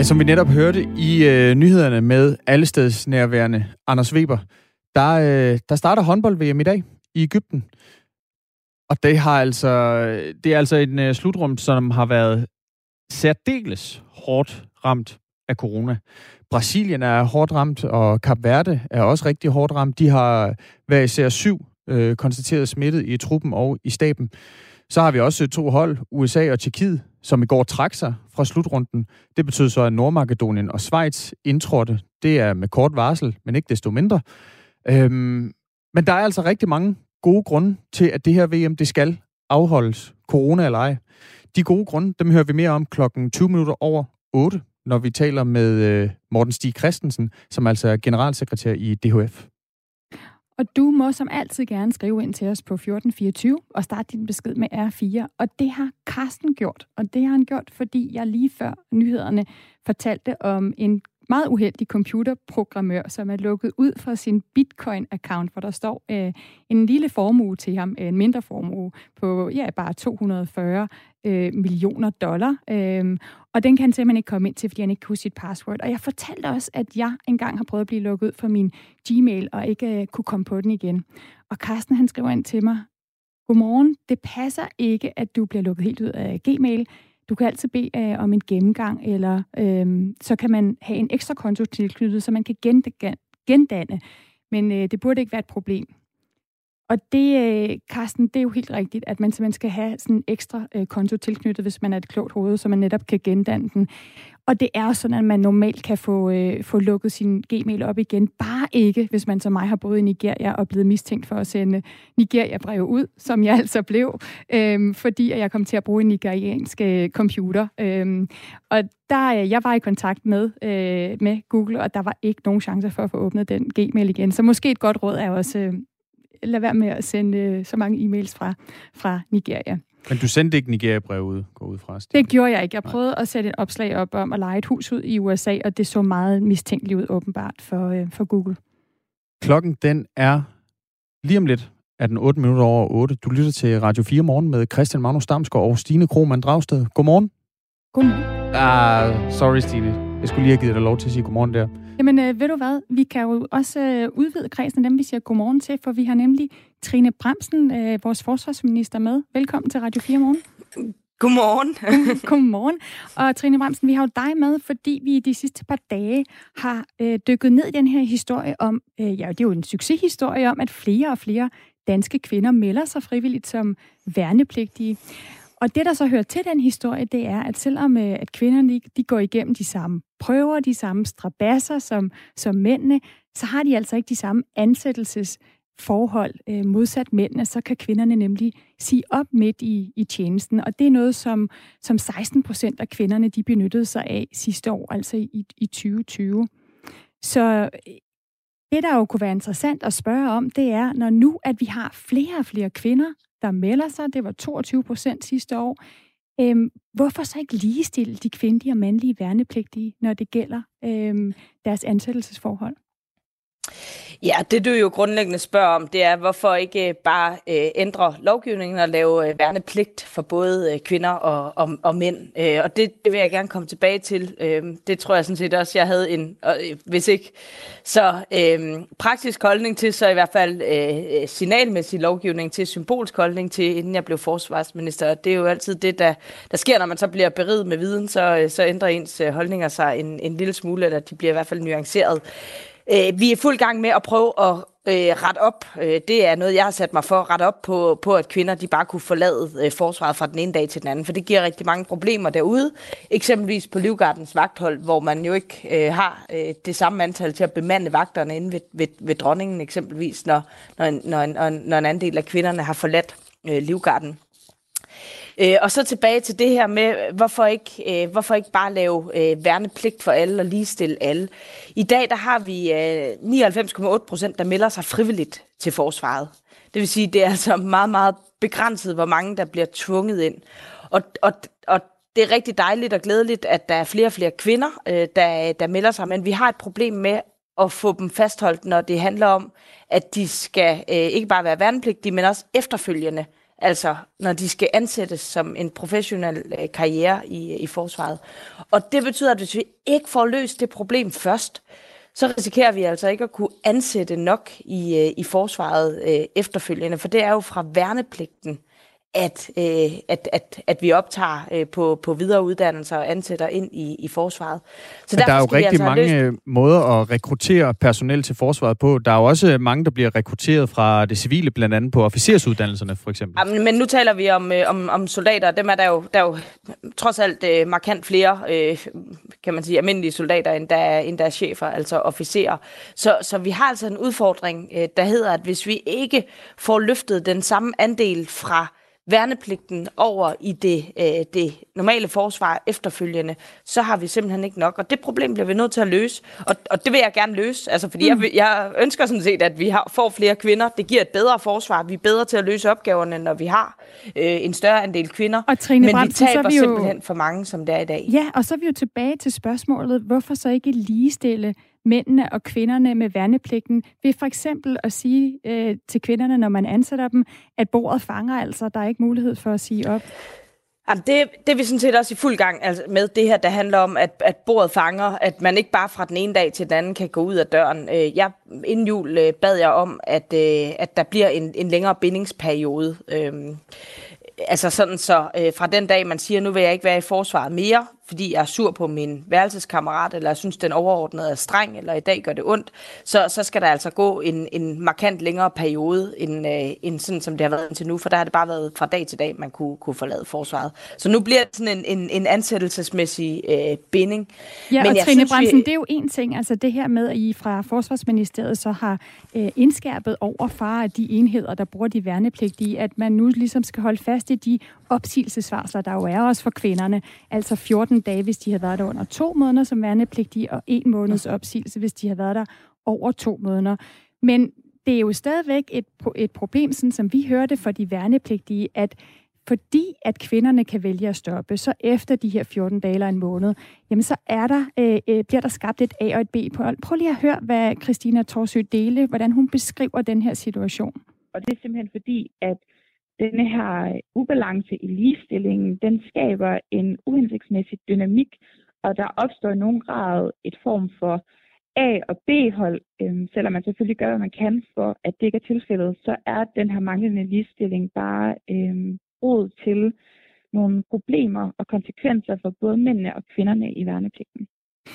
Ja, som vi netop hørte i nyhederne med allestedsnærværende Anders Weber, der starter håndbold-VM i dag i Egypten. Og det er altså en slutrum, som har været særdeles hårdt ramt af corona. Brasilien er hårdt ramt, og Kap Verde er også rigtig hårdt ramt. De har hver især 7 konstateret smittet i truppen og i staben. Så har vi også 2 hold, USA og Tjekkiet, som i går trak sig fra slutrunden. Det betød så, at Nordmakedonien og Schweiz indtrådte. Det er med kort varsel, men ikke desto mindre. Men der er altså rigtig mange gode grunde til, at det her VM, det skal afholdes, corona eller ej. De gode grunde, dem hører vi mere om 7:20, når vi taler med Morten Stig Christensen, som altså er generalsekretær i DHF. Og du må som altid gerne skrive ind til os på 1424 og starte din besked med R4. Og det har Carsten gjort. Og det har han gjort, fordi jeg lige før nyhederne fortalte om en meget uheldig computerprogrammør, som er lukket ud fra sin Bitcoin-account, hvor der står en lille formue til ham, en mindre formue på bare $240 millioner. Og den kan han simpelthen ikke komme ind til, fordi han ikke kan huske sit password. Og jeg fortalte også, at jeg engang har prøvet at blive lukket ud fra min Gmail, og ikke kunne komme på den igen. Og Carsten, han skriver ind til mig: Godmorgen, det passer ikke, at du bliver lukket helt ud af Gmail. Du kan altid bede om en gennemgang, eller så kan man have en ekstra konto tilknyttet, så man kan gendanne. Men det burde ikke være et problem. Og det, Carsten, det er jo helt rigtigt, at man simpelthen skal have sådan en ekstra konto tilknyttet, hvis man er et klogt hoved, så man netop kan gendanne den. Og det er sådan, at man normalt kan få lukket sin Gmail op igen. Bare ikke, hvis man som mig har boet i Nigeria og blevet mistænkt for at sende Nigeria-breve ud, som jeg altså blev, fordi jeg kom til at bruge en nigeriansk computer. Og jeg var i kontakt med Google, og der var ikke nogen chancer for at få åbnet den Gmail igen. Så måske et godt råd er også lad være med at sende så mange e-mails fra Nigeria. Men du sendte ikke Nigeria-brev ud, gå ud fra? Det gjorde jeg ikke. Jeg prøvede at sætte et opslag op om at leje et hus ud i USA, og det så meget mistænkeligt ud åbenbart for Google. Klokken, den er lige om lidt, er den 7:08. Du lytter til Radio 4 Morgen med Christian Magnus Damsgaard og Stine Krohmann Dragsted. Godmorgen. Godmorgen. Sorry Stine. Jeg skulle lige have givet dig lov til at sige godmorgen der. Jamen, ved du hvad? Vi kan jo også udvide kredsen af dem, vi siger godmorgen til, for vi har nemlig Trine Bramsen, vores forsvarsminister, med. Velkommen til Radio 4 Morgen. Godmorgen. Godmorgen. Og Trine Bramsen, vi har jo dig med, fordi vi de sidste par dage har dykket ned i den her historie om, det er jo en succeshistorie om, at flere og flere danske kvinder melder sig frivilligt som værnepligtige. Og det, der så hører til den historie, det er, at selvom at kvinderne de går igennem de samme prøver, de samme strabasser som mændene, så har de altså ikke de samme ansættelsesforhold modsat mændene. Så kan kvinderne nemlig sige op midt i tjenesten. Og det er noget, som 16% af kvinderne de benyttede sig af sidste år, altså i 2020. Så det, der jo kunne være interessant at spørge om, det er, når nu, at vi har flere og flere kvinder, der melder sig, det var 22% sidste år. Hvorfor så ikke ligestille de kvindelige og mandlige værnepligtige, når det gælder deres ansættelsesforhold? Ja, det du jo grundlæggende spørger om, det er, hvorfor ikke bare ændre lovgivningen og lave værnepligt for både kvinder og mænd. Og det vil jeg gerne komme tilbage til. Det tror jeg sådan set også, jeg havde en, hvis ikke så praktisk holdning til, så i hvert fald signalmæssig lovgivning til, symbolsk holdning til, inden jeg blev forsvarsminister. Og det er jo altid det, der sker, når man så bliver beriget med viden, så ændrer ens holdninger sig en lille smule, eller de bliver i hvert fald nuanceret. Vi er fuld gang med at prøve at rette op. Det er noget, jeg har sat mig for at rette op på, at kvinder de bare kunne forlade forsvaret fra den ene dag til den anden. For det giver rigtig mange problemer derude. Eksempelvis på Livgardens vagthold, hvor man jo ikke har det samme antal til at bemande vagterne inde ved dronningen eksempelvis, når en anden del af kvinderne har forladt Livgarden. Og så tilbage til det her med, hvorfor ikke bare lave værnepligt for alle og ligestille alle. I dag der har vi 99,8%, der melder sig frivilligt til forsvaret. Det vil sige, det er altså meget, meget begrænset, hvor mange der bliver tvunget ind. Og det er rigtig dejligt og glædeligt, at der er flere og flere kvinder, der melder sig. Men vi har et problem med at få dem fastholdt, når det handler om, at de skal ikke bare være værnepligtige, men også efterfølgende altså når de skal ansættes som en professionel karriere i forsvaret. Og det betyder, at hvis vi ikke får løst det problem først, så risikerer vi altså ikke at kunne ansætte nok i forsvaret efterfølgende, for det er jo fra værnepligten, at vi optager på videre uddannelser og ansætter ind i forsvaret. Så der er jo rigtig mange måder at rekruttere personel til forsvaret på. Der er jo også mange, der bliver rekrutteret fra det civile, blandt andet på officersuddannelserne for eksempel. Jamen, men nu taler vi om soldater. Dem er der er jo trods alt markant flere, kan man sige, almindelige soldater, end der er chefer, altså officerer. Så vi har altså en udfordring, der hedder, at hvis vi ikke får løftet den samme andel fra værnepligten over i det normale forsvar efterfølgende, så har vi simpelthen ikke nok. Og det problem bliver vi nødt til at løse. Og det vil jeg gerne løse, altså fordi jeg ønsker sådan set, at vi får flere kvinder. Det giver et bedre forsvar. Vi er bedre til at løse opgaverne, når vi har en større andel kvinder. Og Trine men Bramsen, vi taber simpelthen for mange, som det er i dag. Ja, og så er vi jo tilbage til spørgsmålet, hvorfor så ikke ligestille mændene og kvinderne med værnepligten, ved for eksempel at sige til kvinderne, når man ansætter dem, at bordet fanger, altså der er ikke mulighed for at sige op? Jamen, det er vi sådan set også i fuld gang med det her, der handler om, at bordet fanger, at man ikke bare fra den ene dag til den anden kan gå ud af døren. Inden jul bad jeg om, at der bliver en længere bindingsperiode. Altså sådan så fra den dag, man siger, nu vil jeg ikke være i forsvaret mere, fordi jeg er sur på min værelseskammerat, eller jeg synes, den overordnede er streng, eller i dag gør det ondt, så skal der altså gå en markant længere periode, end sådan, som det har været indtil nu, for der har det bare været fra dag til dag, man kunne forlade forsvaret. Så nu bliver det sådan en ansættelsesmæssig binding. Ja, men og Trine Bramsen, det er jo en ting, altså det her med, at I fra Forsvarsministeriet så har indskærpet over for de enheder, der bruger de værnepligtige, at man nu ligesom skal holde fast i de opsigelsesvarsler, der jo er også for kvinderne, altså 14 dage, hvis de har været der under 2 måneder som værnepligtige, og 1 måneds opsigelse, hvis de har været der over 2 måneder. Men det er jo stadigvæk et problem, sådan som vi hørte for de værnepligtige, at fordi at kvinderne kan vælge at stoppe, så efter de her 14 dage eller en måned, jamen så bliver der skabt et A og et B-hold. Prøv lige at høre, hvad Christina Thorsø Dele, hvordan hun beskriver den her situation. Og det er simpelthen fordi, at denne her ubalance i ligestillingen, den skaber en uhensigtsmæssig dynamik, og der opstår i nogen grad et form for A- og B-hold. Selvom man selvfølgelig gør, hvad man kan for, at det ikke er tilfældet, så er den her manglende ligestilling bare rod til nogle problemer og konsekvenser for både mændene og kvinderne i værnepligten.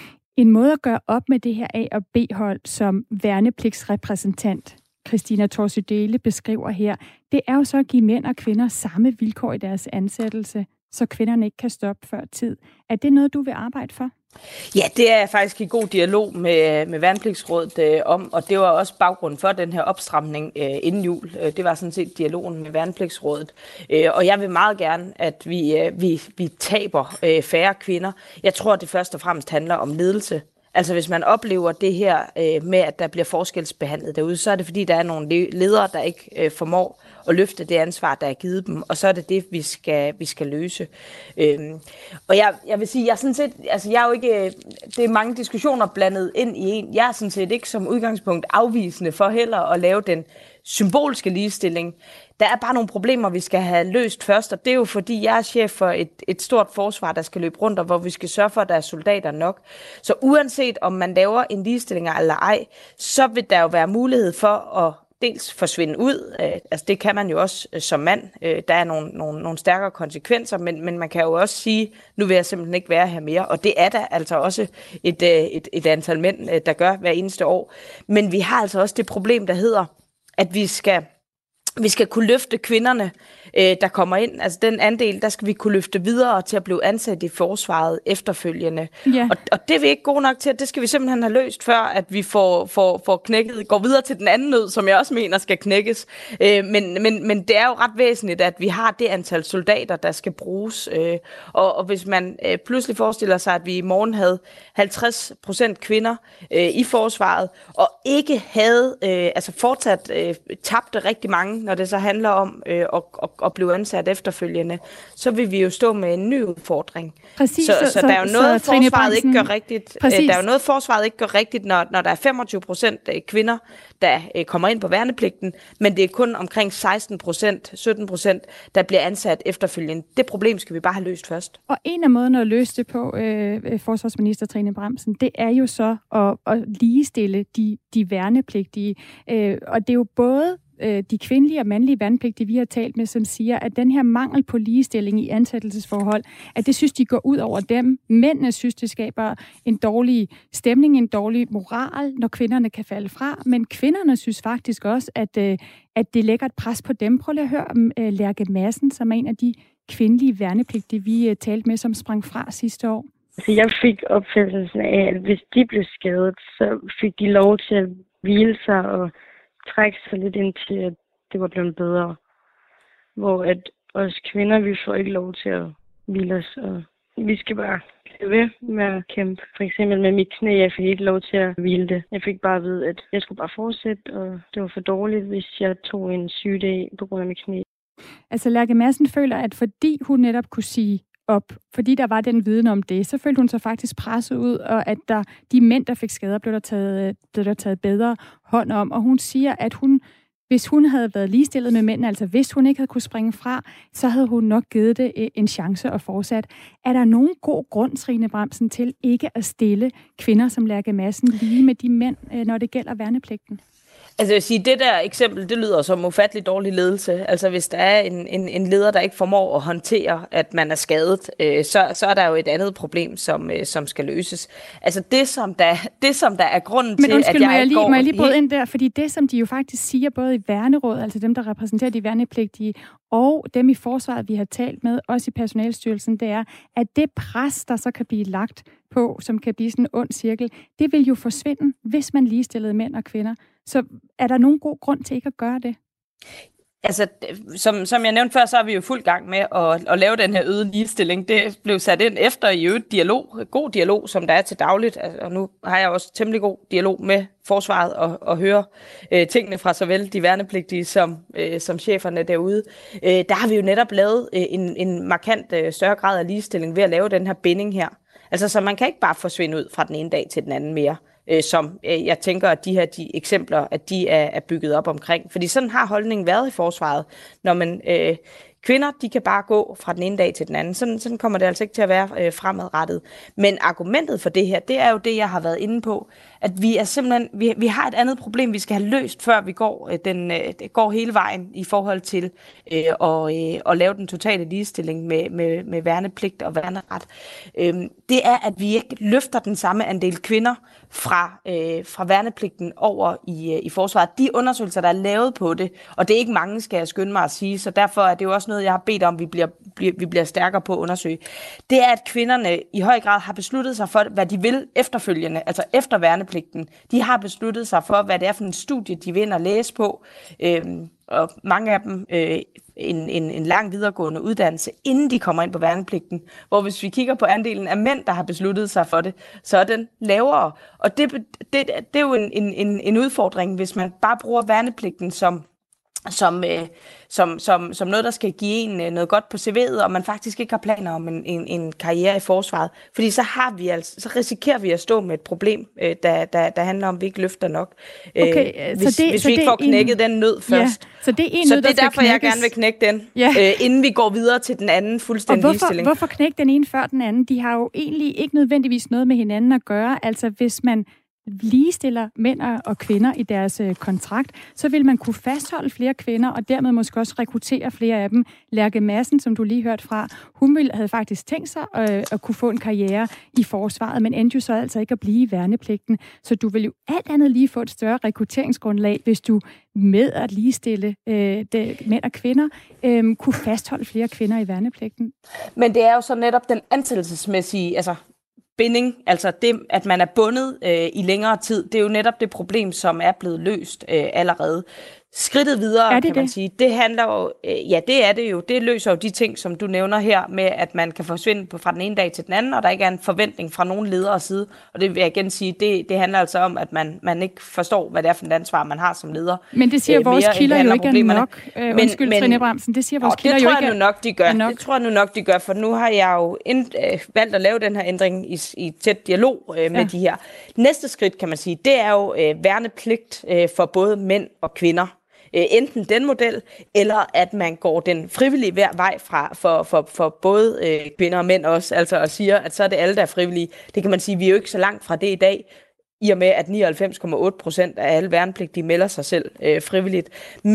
En måde at gøre op med det her A- og B-hold som værnepligtsrepræsentant, Christina Thorsø Dele beskriver her, det er jo så at give mænd og kvinder samme vilkår i deres ansættelse, så kvinderne ikke kan stoppe før tid. Er det noget, du vil arbejde for? Ja, det er jeg faktisk i god dialog med Værnepligtsrådet om, og det var også baggrunden for den her opstramning inden jul. Det var sådan set dialogen med Værnepligtsrådet. Og jeg vil meget gerne, at vi taber færre kvinder. Jeg tror, det først og fremmest handler om ledelse. Altså hvis man oplever det her med, at der bliver forskelsbehandlet derude, så er det fordi, der er nogle ledere, der ikke formår at løfte det ansvar, der er givet dem, og så er det, vi skal løse. Og jeg vil sige, jeg er sådan set, altså jeg er jo ikke, det er mange diskussioner blandet ind i en. Jeg er sådan set ikke som udgangspunkt afvisende for heller at lave den symbolske ligestilling. Der er bare nogle problemer, vi skal have løst først, og det er jo fordi, jeg er chef for et stort forsvar, der skal løbe rundt, og hvor vi skal sørge for, at der er soldater nok. Så uanset om man laver en ligestilling eller ej, så vil der jo være mulighed for at dels forsvinde ud. Altså det kan man jo også som mand. Der er nogle stærkere konsekvenser, men man kan jo også sige, nu vil jeg simpelthen ikke være her mere. Og det er der altså også et antal mænd, der gør hver eneste år. Men vi har altså også det problem, der hedder, at vi skal kunne løfte kvinderne, der kommer ind. Altså den andel, der skal vi kunne løfte videre til at blive ansat i forsvaret efterfølgende. Yeah. Og det er vi ikke gode nok til, at det skal vi simpelthen have løst, før at vi får knækket, går videre til den anden nød, som jeg også mener skal knækkes. Men det er jo ret væsentligt, at vi har det antal soldater, der skal bruges. Og hvis man pludselig forestiller sig, at vi i morgen havde 50% kvinder i forsvaret, og ikke havde, altså fortsat tabte rigtig mange, når det så handler om at blive ansat efterfølgende, så vil vi jo stå med en ny udfordring. Præcis, så der er jo noget, forsvaret ikke gør rigtigt. Der er jo noget, forsvaret ikke gør rigtigt, når der er 25% kvinder, der kommer ind på værnepligten, men det er kun omkring 16%, 17%, der bliver ansat efterfølgende. Det problem skal vi bare have løst først. Og en af måderne at løse det på, forsvarsminister Trine Bramsen, det er jo så at ligestille de værnepligtige. Og det er jo både de kvindelige og mandlige værnepligtige, vi har talt med, som siger, at den her mangel på ligestilling i ansættelsesforhold, at det synes de går ud over dem. Mændene synes, det skaber en dårlig stemning, en dårlig moral, når kvinderne kan falde fra. Men kvinderne synes faktisk også, at det lægger et pres på dem. Prøv lige at høre om Lærke Madsen, som er en af de kvindelige værnepligtige, vi talte med, som sprang fra sidste år. Så jeg fik opfattelsen af, at hvis de blev skadet, så fik de lov til at hvile sig og trække sig lidt ind til, at det var blevet bedre. Hvor at os kvinder, vi får ikke lov til at hvile os, og vi skal bare blive ved med at kæmpe. For eksempel med mit knæ, jeg fik ikke lov til at hvile det. Jeg fik bare at vide, at jeg skulle bare fortsætte, og det var for dårligt, hvis jeg tog en sygedag på grund af mit knæ. Altså Lærke Madsen føler, at fordi hun netop kunne sige op, fordi der var den viden om det, så følte hun sig faktisk presset ud, og at de mænd, der fik skader, blev der taget bedre hånd om. Og hun siger, at hvis hun havde været ligestillet med mænd, altså hvis hun ikke havde kunne springe fra, så havde hun nok givet det en chance og fortsat. Er der nogen god grund, Trine Bramsen, til ikke at stille kvinder som Lærke Madsen lige med de mænd, når det gælder værnepligten? Altså jeg vil sige, det der eksempel, det lyder som ufattelig dårlig ledelse. Altså hvis der er en leder, der ikke formår at håndtere, at man er skadet, så er der jo et andet problem, som skal løses. Altså det, som der er grunden til, at jeg ikke går... må jeg lige bryde ind der? Fordi det, som de jo faktisk siger, både i værnerådet, altså dem, der repræsenterer de værnepligtige, og dem i forsvaret, vi har talt med, også i personalstyrelsen, det er, at det pres, der så kan blive lagt på, som kan blive sådan en ond cirkel, det vil jo forsvinde, hvis man ligestillede mænd og kvinder. Så er der nogen god grund til ikke at gøre det? Altså, som jeg nævnte før, så er vi jo fuld gang med at lave den her øgede ligestilling. Det blev sat ind efter i øvrigt god dialog, som der er til dagligt. Altså, og nu har jeg også temmelig god dialog med forsvaret og høre tingene fra såvel de værnepligtige som cheferne derude. Der har vi jo netop lavet en markant større grad af ligestilling ved at lave den her binding her. Altså, så man kan ikke bare forsvinde ud fra den ene dag til den anden mere. Som jeg tænker, at de eksempler, at de er bygget op omkring. Fordi sådan har holdningen været i forsvaret. Når man kvinder, de kan bare gå fra den ene dag til den anden. Sådan kommer det altså ikke til at være fremadrettet. Men argumentet for det her, det er jo det, jeg har været inde på. At vi er simpelthen, vi har et andet problem, vi skal have løst, før vi går hele vejen i forhold til at lave den totale ligestilling med værnepligt og værneret. Det er, at vi ikke løfter den samme andel kvinder fra værnepligten over i forsvaret. De undersøgelser, der er lavet på det, og det er ikke mange, skal jeg skynde mig at sige, så derfor er det jo også noget, jeg har bedt om, vi bliver stærkere på at undersøge. Det er, at kvinderne i høj grad har besluttet sig for, hvad de vil efterfølgende, altså efter værnepligten. De har besluttet sig for, hvad det er for en studie, de vil ind og læse på, og mange af dem en lang videregående uddannelse, inden de kommer ind på værnepligten. Hvor hvis vi kigger på andelen af mænd, der har besluttet sig for det, så er den lavere. Og det er jo en udfordring, hvis man bare bruger værnepligten som noget, der skal give en noget godt på CV'et, og man faktisk ikke har planer om en karriere i forsvaret. Fordi så risikerer vi at stå med et problem, der handler om, at vi ikke løfter nok. Okay, hvis vi ikke får knækket den nød først. Så det er, så det er derfor, jeg gerne vil knække den, inden vi går videre til den anden fuldstændig ligestilling. Hvorfor knække den ene før den anden? De har jo egentlig ikke nødvendigvis noget med hinanden at gøre. Altså hvis man ligestiller mænd og kvinder i deres kontrakt, så vil man kunne fastholde flere kvinder, og dermed måske også rekruttere flere af dem. Lærke Madsen, som du lige hørte fra, hun havde faktisk tænkt sig at kunne få en karriere i forsvaret, men endte jo så altså ikke at blive i værnepligten. Så du vil jo alt andet lige få et større rekrutteringsgrundlag, hvis du med at ligestille mænd og kvinder kunne fastholde flere kvinder i værnepligten. Men det er jo så netop den ansættelsesmæssige, binding, altså det, at man er bundet i længere tid, det er jo netop det problem, som er blevet løst allerede. Skridtet videre, kan man sige, det handler jo, ja, det er det jo. Det løser jo de ting, som du nævner her, med at man kan forsvinde fra den ene dag til den anden, og der ikke er en forventning fra nogen lederes side. Og det vil jeg igen sige, det handler altså om, at man ikke forstår, hvad det er for et ansvar, man har som leder. Men det siger vores kilder jo ikke nok. Undskyld, Trine Bramsen, det siger vores kilder jo ikke. Det tror jeg nu nok, de gør. Det tror jeg nu nok, de gør, for nu har jeg jo valgt at lave den her ændring i tæt dialog med de her. Næste skridt, kan man sige, det er jo værnepligt for både mænd og kvinder. Enten den model, eller at man går den frivillige vej fra for både kvinder og mænd også, altså og siger, at så er det alle, der er frivillige. Det kan man sige, vi er jo ikke så langt fra det i dag, i og med, at 99,8% af alle værnepligtige melder sig selv frivilligt.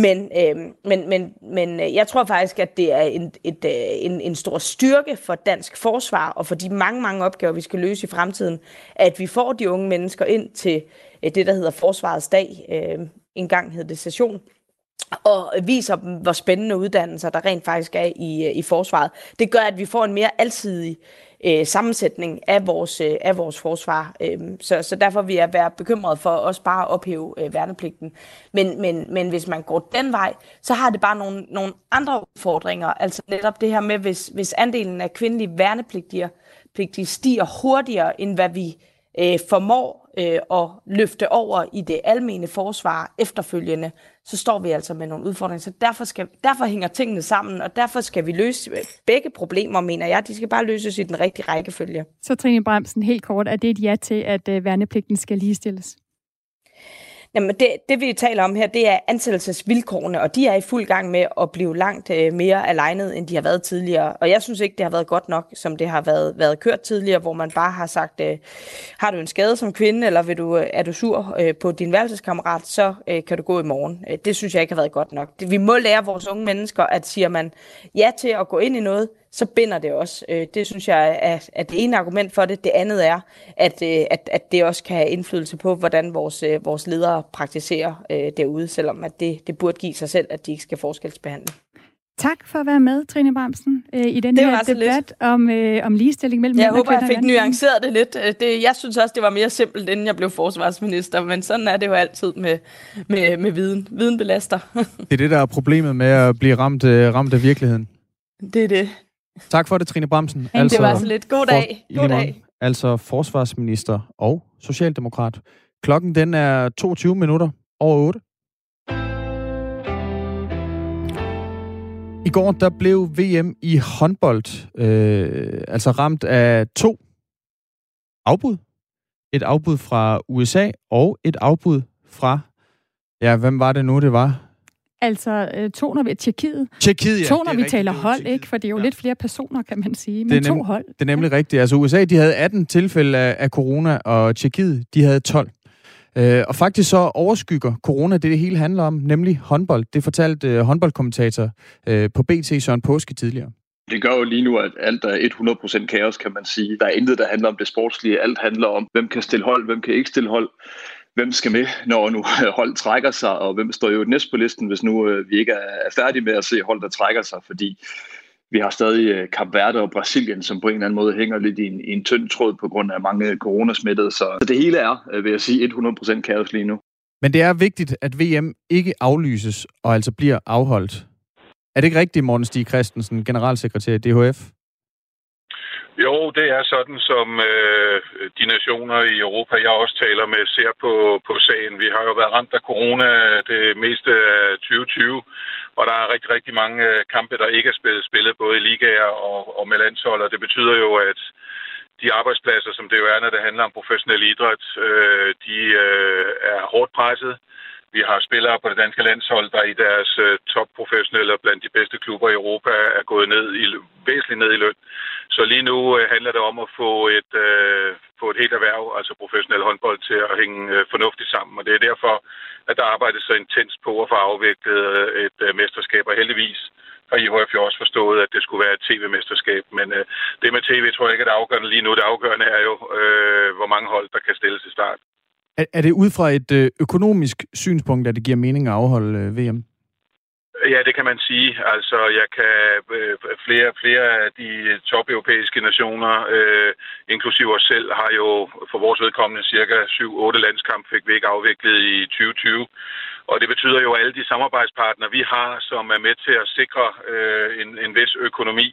Men jeg tror faktisk, at det er en stor styrke for dansk forsvar, og for de mange opgaver, vi skal løse i fremtiden, at vi får de unge mennesker ind til det, der hedder Forsvarets Dag, engang hed det session, og viser dem, hvor spændende uddannelser der rent faktisk er i forsvaret. Det gør, at vi får en mere alsidig sammensætning af vores forsvar. Så derfor vil jeg være bekymret for også bare at ophæve værnepligten. Men hvis man går den vej, så har det bare nogle andre udfordringer. Altså netop det her med, hvis andelen af kvindelige værnepligtige stiger hurtigere, end hvad vi formår at løfte over i det almene forsvar efterfølgende, så står vi altså med nogle udfordringer. Så derfor hænger tingene sammen, og derfor skal vi løse begge problemer, mener jeg. De skal bare løses i den rigtige rækkefølge. Så Trine Bramsen, helt kort, er det et ja til, at værnepligten skal ligestilles? Jamen det vi taler om her, det er ansættelsesvilkårene, og de er i fuld gang med at blive langt mere alignet, end de har været tidligere. Og jeg synes ikke, det har været godt nok, som det har været kørt tidligere, hvor man bare har sagt, har du en skade som kvinde, eller er du sur på din værelseskammerat, så kan du gå i morgen. Det synes jeg ikke har været godt nok. Vi må lære vores unge mennesker, at siger man ja til at gå ind i noget, så binder det også. Det synes jeg er det ene argument for det. Det andet er, at det også kan have indflydelse på, hvordan vores ledere praktiserer derude, selvom at det burde give sig selv, at de ikke skal forskelsbehandle. Tak for at være med, Trine Bramsen, i den her debat om ligestilling mellem mænd og kvinder. Jeg håber, jeg fik nuanceret det lidt. Jeg synes også, det var mere simpelt, inden jeg blev forsvarsminister, men sådan er det jo altid med viden. Viden belaster. Det er det, der er problemet med at blive ramt af virkeligheden. Det er det. Tak for det, Trine Bramsen. Det var så lidt. God dag. God dag. Altså forsvarsminister og socialdemokrat. Klokken den er 22 minutter over 8. I går der blev VM i håndbold altså ramt af 2 afbud. Et afbud fra USA og et afbud fra, hvem var det nu, det var? Altså 2, når vi er Tjekkiet. Tjekkiet, ja. 2, når vi taler hold, ikke? For det er jo lidt flere personer, kan man sige. Men 2 hold. Det er nemlig rigtigt. Altså USA, de havde 18 tilfælde af corona, og Tjekkiet, de havde 12. Og faktisk så overskygger corona det hele handler om, nemlig håndbold. Det fortalte håndboldkommentator på BT Søren Påske tidligere. Det gør jo lige nu, at alt er 100% kaos, kan man sige. Der er intet, der handler om det sportslige. Alt handler om, hvem kan stille hold, hvem kan ikke stille hold. Hvem skal med, når nu hold trækker sig, og hvem står jo næst på listen, hvis nu vi ikke er færdige med at se hold, der trækker sig, fordi vi har stadig Kap Verde og Brasilien, som på en eller anden måde hænger lidt i en tynd tråd på grund af mange coronasmittede. Så det hele er, vil jeg sige, 100% kaos lige nu. Men det er vigtigt, at VM ikke aflyses og altså bliver afholdt. Er det ikke rigtigt, Morten Stig Christensen, generalsekretær i DHF? Jo, det er sådan, som de nationer i Europa, jeg også taler med, ser på sagen. Vi har jo været ramt af corona det meste af 2020, og der er rigtig, rigtig mange kampe, der ikke er spillet både i ligaer og med landshold, og det betyder jo, at de arbejdspladser, som det jo er, når det handler om professionel idræt, de er hårdt presset. Vi har spillere på det danske landshold, der i deres topprofessionelle blandt de bedste klubber i Europa er gået væsentligt ned i løn. Så lige nu handler det om at få et helt erhverv, altså professionel håndbold, til at hænge fornuftigt sammen. Og det er derfor, at der arbejdes så intens på at få afviklet et mesterskab. Og heldigvis har IHF jo også forstået, at det skulle være et tv-mesterskab. Men det med tv tror jeg ikke er det afgørende lige nu. Det afgørende er jo, hvor mange hold, der kan stilles i start. Er det ud fra et økonomisk synspunkt, at det giver mening at afholde VM? Ja, det kan man sige. Altså, jeg kan flere af de top-europæiske nationer, inklusive os selv, har jo for vores vedkommende cirka 7-8 landskamp fik vi ikke afviklet i 2020. Og det betyder jo, at alle de samarbejdspartnere, vi har, som er med til at sikre en vis økonomi,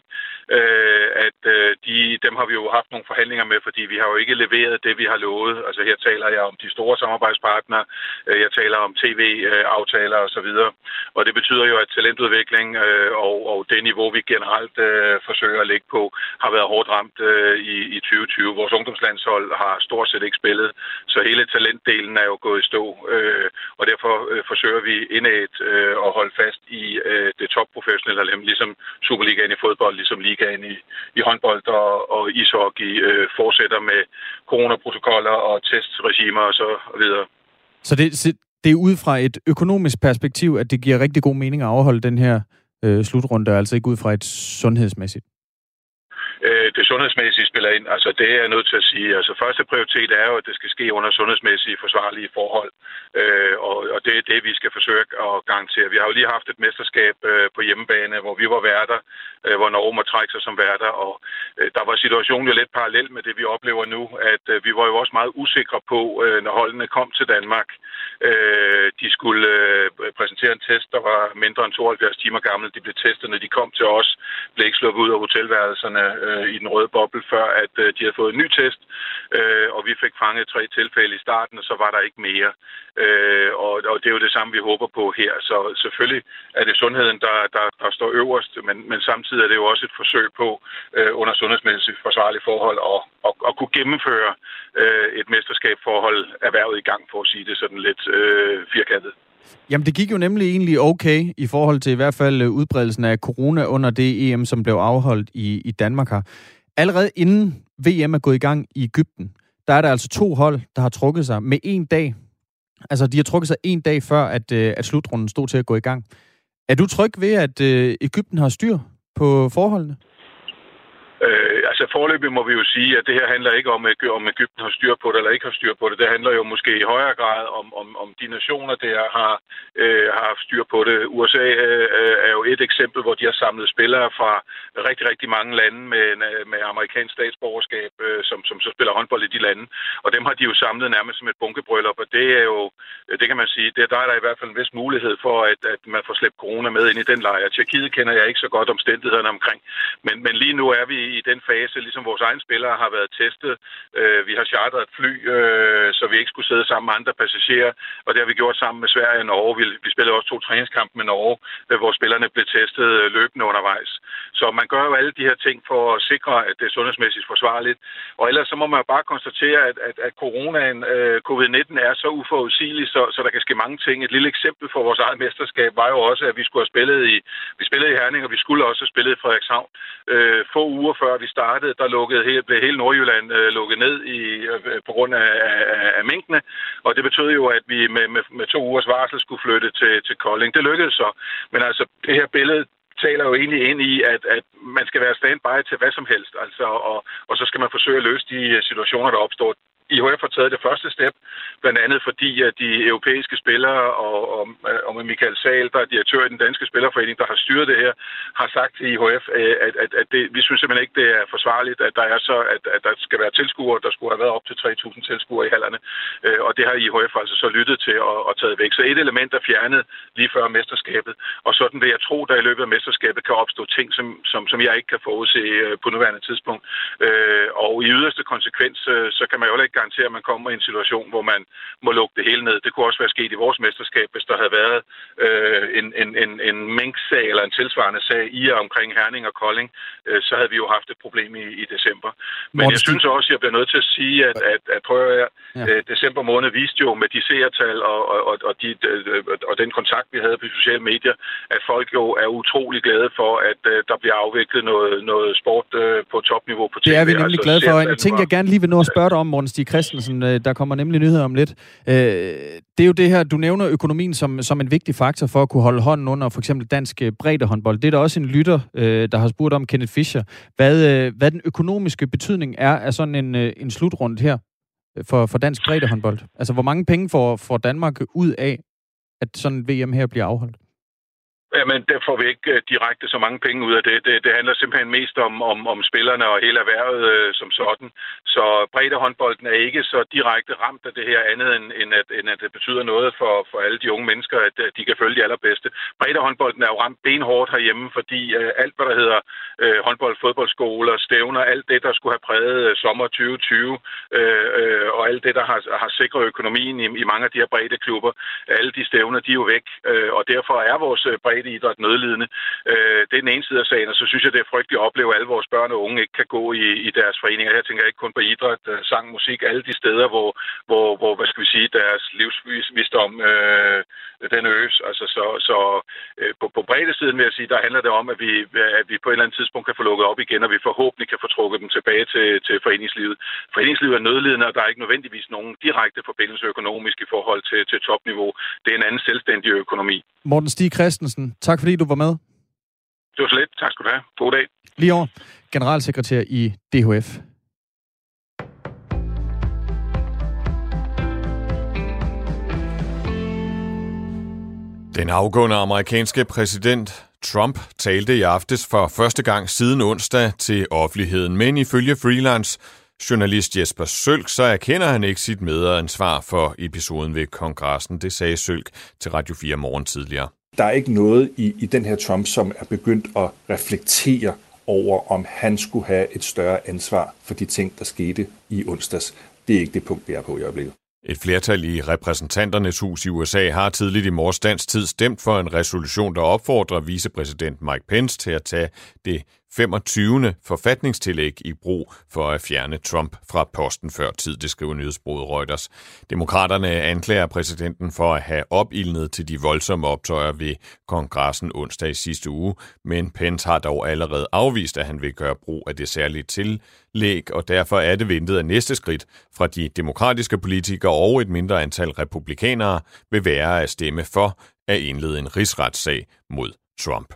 at dem har vi jo haft nogle forhandlinger med, fordi vi har jo ikke leveret det, vi har lovet. Altså her taler jeg om de store samarbejdspartnere, jeg taler om tv-aftaler osv. Og det betyder jo, at talentudvikling og det niveau, vi generelt forsøger at lægge på, har været hårdt ramt i 2020. Vores ungdomslandshold har stort set ikke spillet, så hele talentdelen er jo gået i stå. Og derfor forsøger vi indad at holde fast i det topprofessionelle, ligesom Superligaen i fodbold, ligesom ligaen i håndbold og ishockey fortsætter med coronaprotokoller og testregimer og så videre. Så det er ud fra et økonomisk perspektiv, at det giver rigtig god mening at afholde den her slutrunde, altså ikke ud fra et sundhedsmæssigt? Det sundhedsmæssige spiller ind. Altså det er jeg nødt til at sige. Altså første prioritet er jo, at det skal ske under sundhedsmæssige forsvarlige forhold. Og det er det, vi skal forsøge at garantere. Vi har jo lige haft et mesterskab på hjemmebane, hvor vi var værter, hvor Norge må trække sig som værter. Og der var situationen jo lidt parallel med det, vi oplever nu. At vi var jo også meget usikre på, når holdene kom til Danmark. De skulle præsentere en test, der var mindre end 72 timer gammel. De blev testet, når de kom til os. Blev ikke sluppet ud af hotelværelserne i den røde boble, før at de havde fået en ny test, og vi fik fanget 3 tilfælde i starten, og så var der ikke mere. Og det er jo det samme, vi håber på her. Så selvfølgelig er det sundheden, der står øverst, men samtidig er det jo også et forsøg på under sundhedsmæssigt forsvarlige forhold at kunne gennemføre et mesterskabsforhold erhvervet i gang, for at sige det sådan lidt firkantet. Jamen, det gik jo nemlig egentlig okay i forhold til i hvert fald udbredelsen af corona under det EM, som blev afholdt i Danmark her. Allerede inden VM er gået i gang i Egypten, der er der altså 2 hold, der har trukket sig med 1 dag. Altså, de har trukket sig 1 dag før, at slutrunden stod til at gå i gang. Er du tryg ved, at Egypten har styr på forholdene? Altså foreløbig må vi jo sige, at det her handler ikke om Egypten har styr på det eller ikke har styr på det. Det handler jo måske i højere grad om de nationer, der har haft styr på det. USA er jo et eksempel, hvor de har samlet spillere fra rigtig, rigtig mange lande med amerikansk statsborgerskab, som så spiller håndbold i de lande. Og dem har de jo samlet nærmest som et bunkebryllup, og det er jo, det kan man sige, der er der i hvert fald en vis mulighed for, at man får slæbt corona med ind i den lejr. Tjekkiet kender jeg ikke så godt omstændighederne omkring, men lige nu er vi i den fase, ligesom vores egne spillere har været testet. Vi har chartret et fly, så vi ikke skulle sidde sammen med andre passagerer, og det har vi gjort sammen med Sverige og Norge. Vi spillede også 2 træningskampe med Norge, hvor spillerne blev testet løbende undervejs. Så man gør jo alle de her ting for at sikre, at det er sundhedsmæssigt forsvarligt. Og ellers så må man bare konstatere, at coronaen, covid-19 er så uforudsigelig, så der kan ske mange ting. Et lille eksempel for vores eget mesterskab var jo også, at vi skulle have spillet i Herning, og vi skulle også have spillet i Frederikshavn. Få uger før vi startede, der blev hele Nordjylland lukket ned på grund af mængdene, og det betød jo, at vi med 2 ugers varsel skulle flytte til Kolding. Det lykkedes så, men altså det her billede taler jo egentlig ind i, at man skal være standby til hvad som helst, altså, og så skal man forsøge at løse de situationer, der opstår. IHF har taget det første step, blandt andet fordi, at de europæiske spillere og med Michael Sahl, der er direktør i den danske spillerforening, der har styret det her, har sagt til IHF, at vi synes simpelthen ikke, det er forsvarligt, at der skal være tilskuere. Der skulle have været op til 3.000 tilskuere i hallerne, og det har IHF altså så lyttet til og taget væk. Så et element er fjernet lige før mesterskabet, og sådan vil jeg tro, der i løbet af mesterskabet kan opstå ting, som jeg ikke kan forudse på nuværende tidspunkt. Og i yderste konsekvens, så kan man jo ikke garantere, at man kommer i en situation, hvor man må lukke det hele ned. Det kunne også være sket i vores mesterskab, hvis der havde været en minksag eller en tilsvarende sag i og omkring Herning og Kolding, så havde vi jo haft et problem i december. Men jeg synes også, at jeg bliver nødt til at sige, at december måned viste jo med de seertal og den kontakt, vi havde på sociale medier, at folk jo er utrolig glade for, at der bliver afviklet noget sport på topniveau på TV. Det er vi nemlig glade for. En ting, jeg gerne lige vil nå at spørge dig om, Morten Stig Christensen, der kommer nemlig nyheder om lidt. Det er jo det her, du nævner økonomien som en vigtig faktor for at kunne holde hånden under for eksempel dansk breddehåndbold. Det er der også en lytter, der har spurgt om, Kenneth Fischer. Hvad den økonomiske betydning er af sådan en slutrunde her for dansk breddehåndbold? Altså, hvor mange penge får Danmark ud af, at sådan en VM her bliver afholdt? Jamen, der får vi ikke direkte så mange penge ud af det. Det handler simpelthen mest om spillerne og hele erhvervet som sådan. Så breddehåndbolden er ikke så direkte ramt af det her andet, end at det betyder noget for alle de unge mennesker, at de kan følge de allerbedste. Breddehåndbolden er jo ramt benhårdt herhjemme, fordi alt, hvad der hedder håndbold, fodboldskoler, stævner, alt det, der skulle have præget sommer 2020, og alt det, der har sikret økonomien i mange af de her breddeklubber, alle de stævner, de er jo væk, og derfor er vores breddeidræt nødlidende. Det er den ene side af sagen, og så synes jeg, det er frygteligt at opleve, at alle vores børn og unge ikke kan gå i deres foreninger. Her tænker jeg ikke kun på idræt, sang, musik, alle de steder, hvor hvad skal vi sige, deres livsvisdom den øges. Altså, på breddesiden vil jeg sige, der handler det om, at vi på et eller andet tidspunkt kan få lukket op igen, og vi forhåbentlig kan få trukket dem tilbage til foreningslivet. Foreningslivet er nødlidende, og der er ikke nødvendigvis nogen direkte forbindelse økonomisk i forhold til topniveau. Det er en anden selvstændig økonomi. Morten Stig Christensen, tak fordi du var med. Det var så lidt. Tak skal du have. God dag. Lige over. Generalsekretær i DHF. Den afgående amerikanske præsident Trump talte i aftes for første gang siden onsdag til offentligheden, men ifølge freelance journalist Jesper Sølk, så erkender han ikke sit medansvar for episoden ved kongressen. Det sagde Sølk til Radio 4 Morgen tidligere. Der er ikke noget i den her Trump, som er begyndt at reflektere over, om han skulle have et større ansvar for de ting, der skete i onsdags. Det er ikke det punkt, vi er på i øjeblikket. Et flertal i repræsentanternes hus i USA har tidligt i morges dansk tid stemt for en resolution, der opfordrer vicepræsident Mike Pence til at tage det 25. forfatningstillæg i brug for at fjerne Trump fra posten før tid, det skriver nyhedsbureauet Reuters. Demokraterne anklager præsidenten for at have opildnet til de voldsomme optøjer ved kongressen onsdag i sidste uge, men Pence har dog allerede afvist, at han vil gøre brug af det særlige tillæg, og derfor er det ventet, at næste skridt fra de demokratiske politikere og et mindre antal republikanere vil være at stemme for at indlede en rigsretssag mod Trump.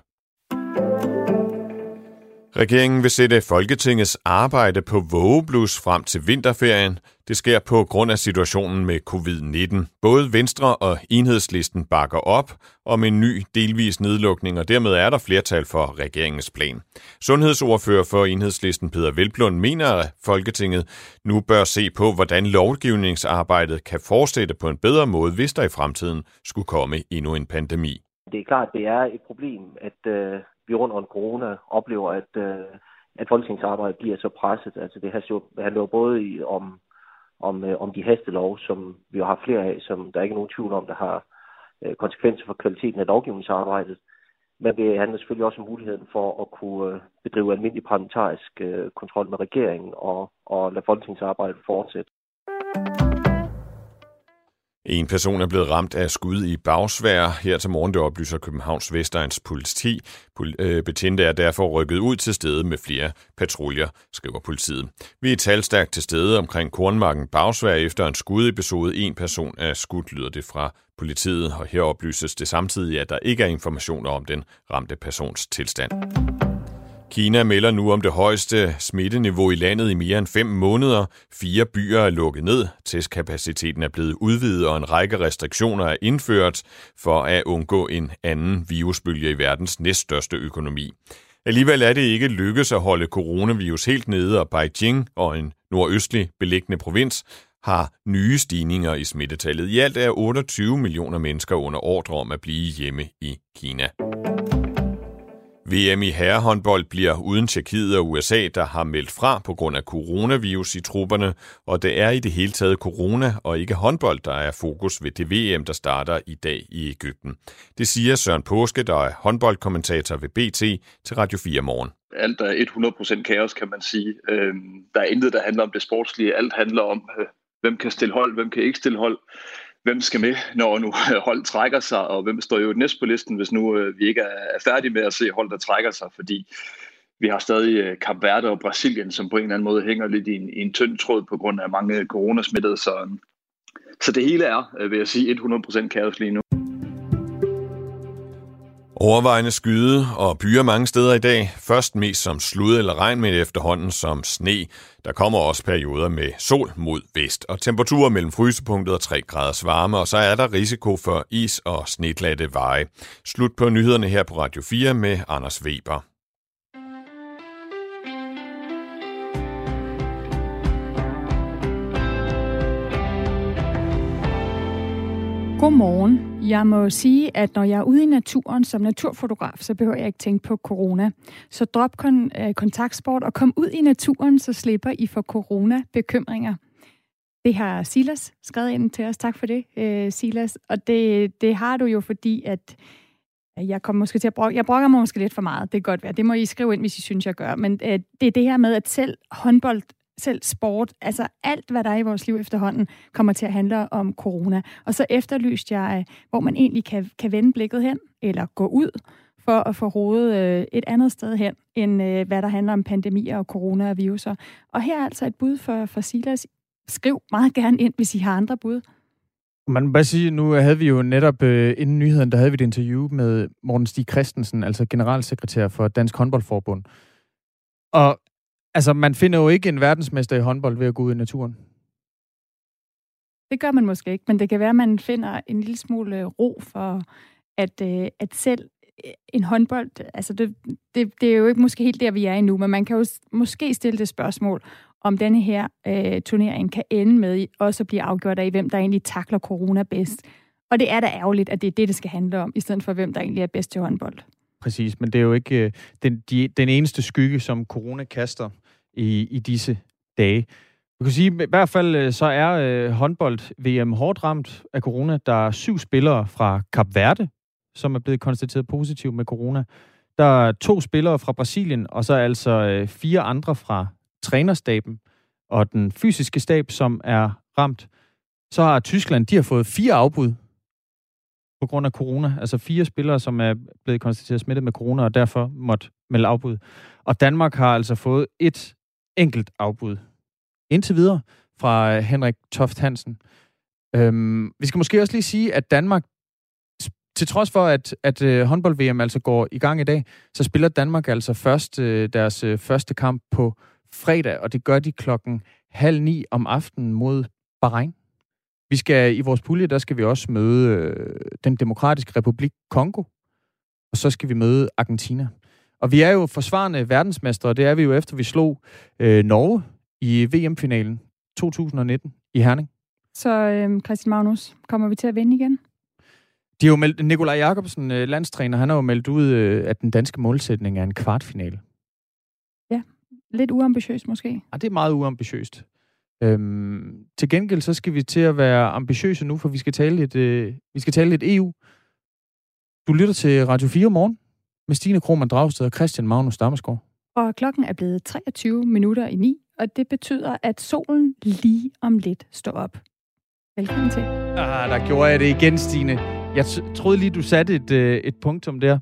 Regeringen vil sætte Folketingets arbejde på vågeblus frem til vinterferien. Det sker på grund af situationen med covid-19. Både Venstre og Enhedslisten bakker op om en ny delvis nedlukning, og dermed er der flertal for regeringens plan. Sundhedsordfører for Enhedslisten Peder Hvelplund mener, at Folketinget nu bør se på, hvordan lovgivningsarbejdet kan fortsætte på en bedre måde, hvis der i fremtiden skulle komme endnu en pandemi. Det er klart, det er et problem, at vi rundt om corona oplever, at folketingsarbejdet bliver så presset. Altså det handler jo både om de hastelov, som vi har haft flere af, som der ikke er nogen tvivl om, der har konsekvenser for kvaliteten af lovgivningsarbejdet. Men det handler selvfølgelig også om muligheden for at kunne bedrive almindelig parlamentarisk kontrol med regeringen og lade folketingsarbejdet fortsætte. En person er blevet ramt af skud i bagsværd. Her til morgen, det oplyser Københavns Vestegns politi. Betjente er derfor rykket ud til stede med flere patruljer, skriver politiet. Vi er talstærkt til stede omkring Kornmarken Bagsværd efter en skudepisode. En person er skudt, lyder det fra politiet, og her oplyses det samtidig, at der ikke er informationer om den ramte persons tilstand. Kina melder nu om det højeste smitteniveau i landet i mere end 5 måneder. 4 byer er lukket ned. Testkapaciteten er blevet udvidet, og en række restriktioner er indført for at undgå en anden virusbølge i verdens næststørste økonomi. Alligevel er det ikke lykkedes at holde coronavirus helt nede, og Beijing og en nordøstlig beliggende provins har nye stigninger i smittetallet. I alt er 28 millioner mennesker under ordre om at blive hjemme i Kina. VM i herrehåndbold bliver uden Tjekkiet og USA, der har meldt fra på grund af coronavirus i trupperne, og det er i det hele taget corona og ikke håndbold, der er fokus ved det VM, der starter i dag i Egypten. Det siger Søren Påske, der er håndboldkommentator ved BT til Radio 4 Morgen. Alt er 100% kaos, kan man sige. Der er intet, der handler om det sportslige. Alt handler om, hvem kan stille hold, hvem kan ikke stille hold. Hvem skal med, når nu hold trækker sig, og hvem står jo næst på listen, hvis nu vi ikke er færdige med at se hold, der trækker sig, fordi vi har stadig Kap Verde og Brasilien, som på en eller anden måde hænger lidt i en tynd tråd på grund af mange coronasmittede. Så det hele er, vil jeg sige, 100% kaos lige nu. Overvejende skyde og byer mange steder i dag. Først mest som slud eller regn, men efterhånden som sne. Der kommer også perioder med sol mod vest, og temperaturer mellem frysepunktet og 3 graders varme, og så er der risiko for is og sneglatte veje. Slut på nyhederne her på Radio 4 med Anders Weber. Godmorgen. Jeg må sige, at når jeg er ude i naturen som naturfotograf, så behøver jeg ikke tænke på corona. Så drop kontaktsport og kom ud i naturen, så slipper I for corona-bekymringer. Det har Silas skrevet ind til os. Tak for det, Silas. Og det har du jo, fordi at jeg kommer måske til at jeg brokker mig måske lidt for meget. Det kan godt være. Det må I skrive ind, hvis I synes, jeg gør. Men det er det her med, at selv håndbold, selv sport, altså alt, hvad der er i vores liv efterhånden, kommer til at handle om corona. Og så efterlyste jeg, hvor man egentlig kan vende blikket hen, eller gå ud, for at få hovedet et andet sted hen, end hvad der handler om pandemier og corona og viruser. Og her er altså et bud for Silas. Skriv meget gerne ind, hvis I har andre bud. Man må bare sige, nu havde vi jo netop inden nyheden, der havde vi et interview med Morten Stig Christensen, altså generalsekretær for Dansk Håndboldforbund. Og altså, man finder jo ikke en verdensmester i håndbold ved at gå ud i naturen. Det gør man måske ikke, men det kan være, at man finder en lille smule ro for, at selv en håndbold, altså det er jo ikke måske helt der, vi er endnu, men man kan jo måske stille det spørgsmål, om denne her turnering kan ende med også at blive afgjort af, hvem der egentlig takler corona bedst. Og det er da ærgerligt, at det er det skal handle om, i stedet for hvem der egentlig er bedst til håndbold. Præcis, men det er jo ikke den eneste skygge, som corona kaster i disse dage. Vi kan sige, i hvert fald så er håndbold-VM hårdt ramt af corona. Der er 7 spillere fra Kap Verde, som er blevet konstateret positiv med corona. Der er 2 spillere fra Brasilien, og så altså 4 andre fra trænerstaben og den fysiske stab, som er ramt. Så har Tyskland, de har fået 4 afbud på grund af corona. Altså 4 spillere, som er blevet konstateret smittet med corona, og derfor måtte melde afbud. Og Danmark har altså fået et enkelt afbud indtil videre fra Henrik Toft Hansen. Vi skal måske også lige sige, at Danmark, til trods for, at håndbold-VM altså går i gang i dag, så spiller Danmark altså først deres første kamp på fredag, og det gør de 8:30 om aftenen mod Bahrain. Vi skal i vores pulje, der skal vi også møde den demokratiske republik Kongo, og så skal vi møde Argentina. Og vi er jo forsvarende verdensmestre, og det er vi jo efter, vi slog Norge i VM-finalen 2019 i Herning. Så Christian Magnus, kommer vi til at vinde igen? De har jo meldt, Nikolaj Jakobsen, landstræner, han har jo meldt ud, at den danske målsætning er en kvartfinale. Ja, lidt uambitiøst måske. Ja, det er meget uambitiøst. Til gengæld så skal vi til at være ambitiøse nu, for vi skal tale lidt EU. Du lytter til Radio 4 morgen med Stine Krohmann Dragsted og Christian Magnus Damsgaard. Og klokken er blevet 23:09, og det betyder, at solen lige om lidt står op. Velkommen til. Der gjorde jeg det igen, Stine. Jeg troede lige, du satte et punktum der.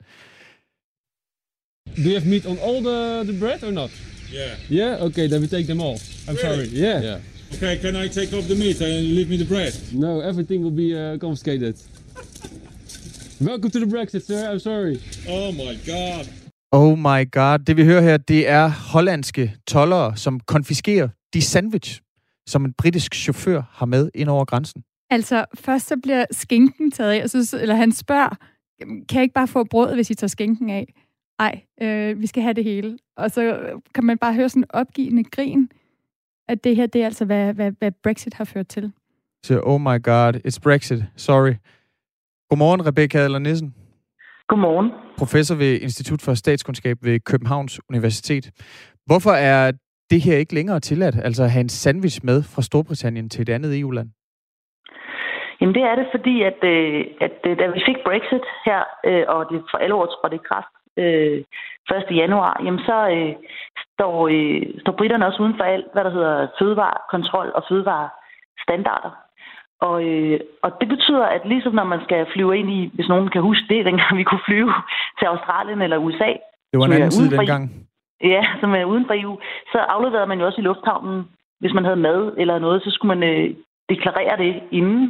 Do you have meat on all the bread or not? Yeah. Yeah? Okay, then we take them all. I'm sorry. Yeah. Okay, can I take off the meat and leave me the bread? No, everything will be confiscated. Welcome to the Brexit, sir. I'm sorry. Oh my god. Oh my god. Det vi hører her, det er hollandske toldere, som konfiskerer de sandwich, som en britisk chauffør har med ind over grænsen. Altså, først så bliver skinken taget af, eller han spørger, kan jeg ikke bare få brød, hvis I tager skinken af? Ej, vi skal have det hele. Og så kan man bare høre sådan en opgivende grin, at det her, det er altså, hvad Brexit har ført til. Så, oh my god, it's Brexit. Sorry. Godmorgen, Rebecca Adler Nissen. Godmorgen. Professor ved Institut for Statskundskab ved Københavns Universitet. Hvorfor er det her ikke længere tilladt, altså at have en sandwich med fra Storbritannien til et andet EU-land? Jamen det er det, fordi at da vi fik Brexit her, og det for alle år trådte i kraft 1. januar, jamen så står britterne også uden for alt, hvad der hedder fødevarekontrol og fødevarestandarder. Og det betyder, at ligesom når man skal flyve ind i, hvis nogen kan huske det, dengang vi kunne flyve til Australien eller USA. Det var en anden tid dengang. Ja, som er uden for EU. Så afleverede man jo også i lufthavnen, hvis man havde mad eller noget, så skulle man deklarere det inden.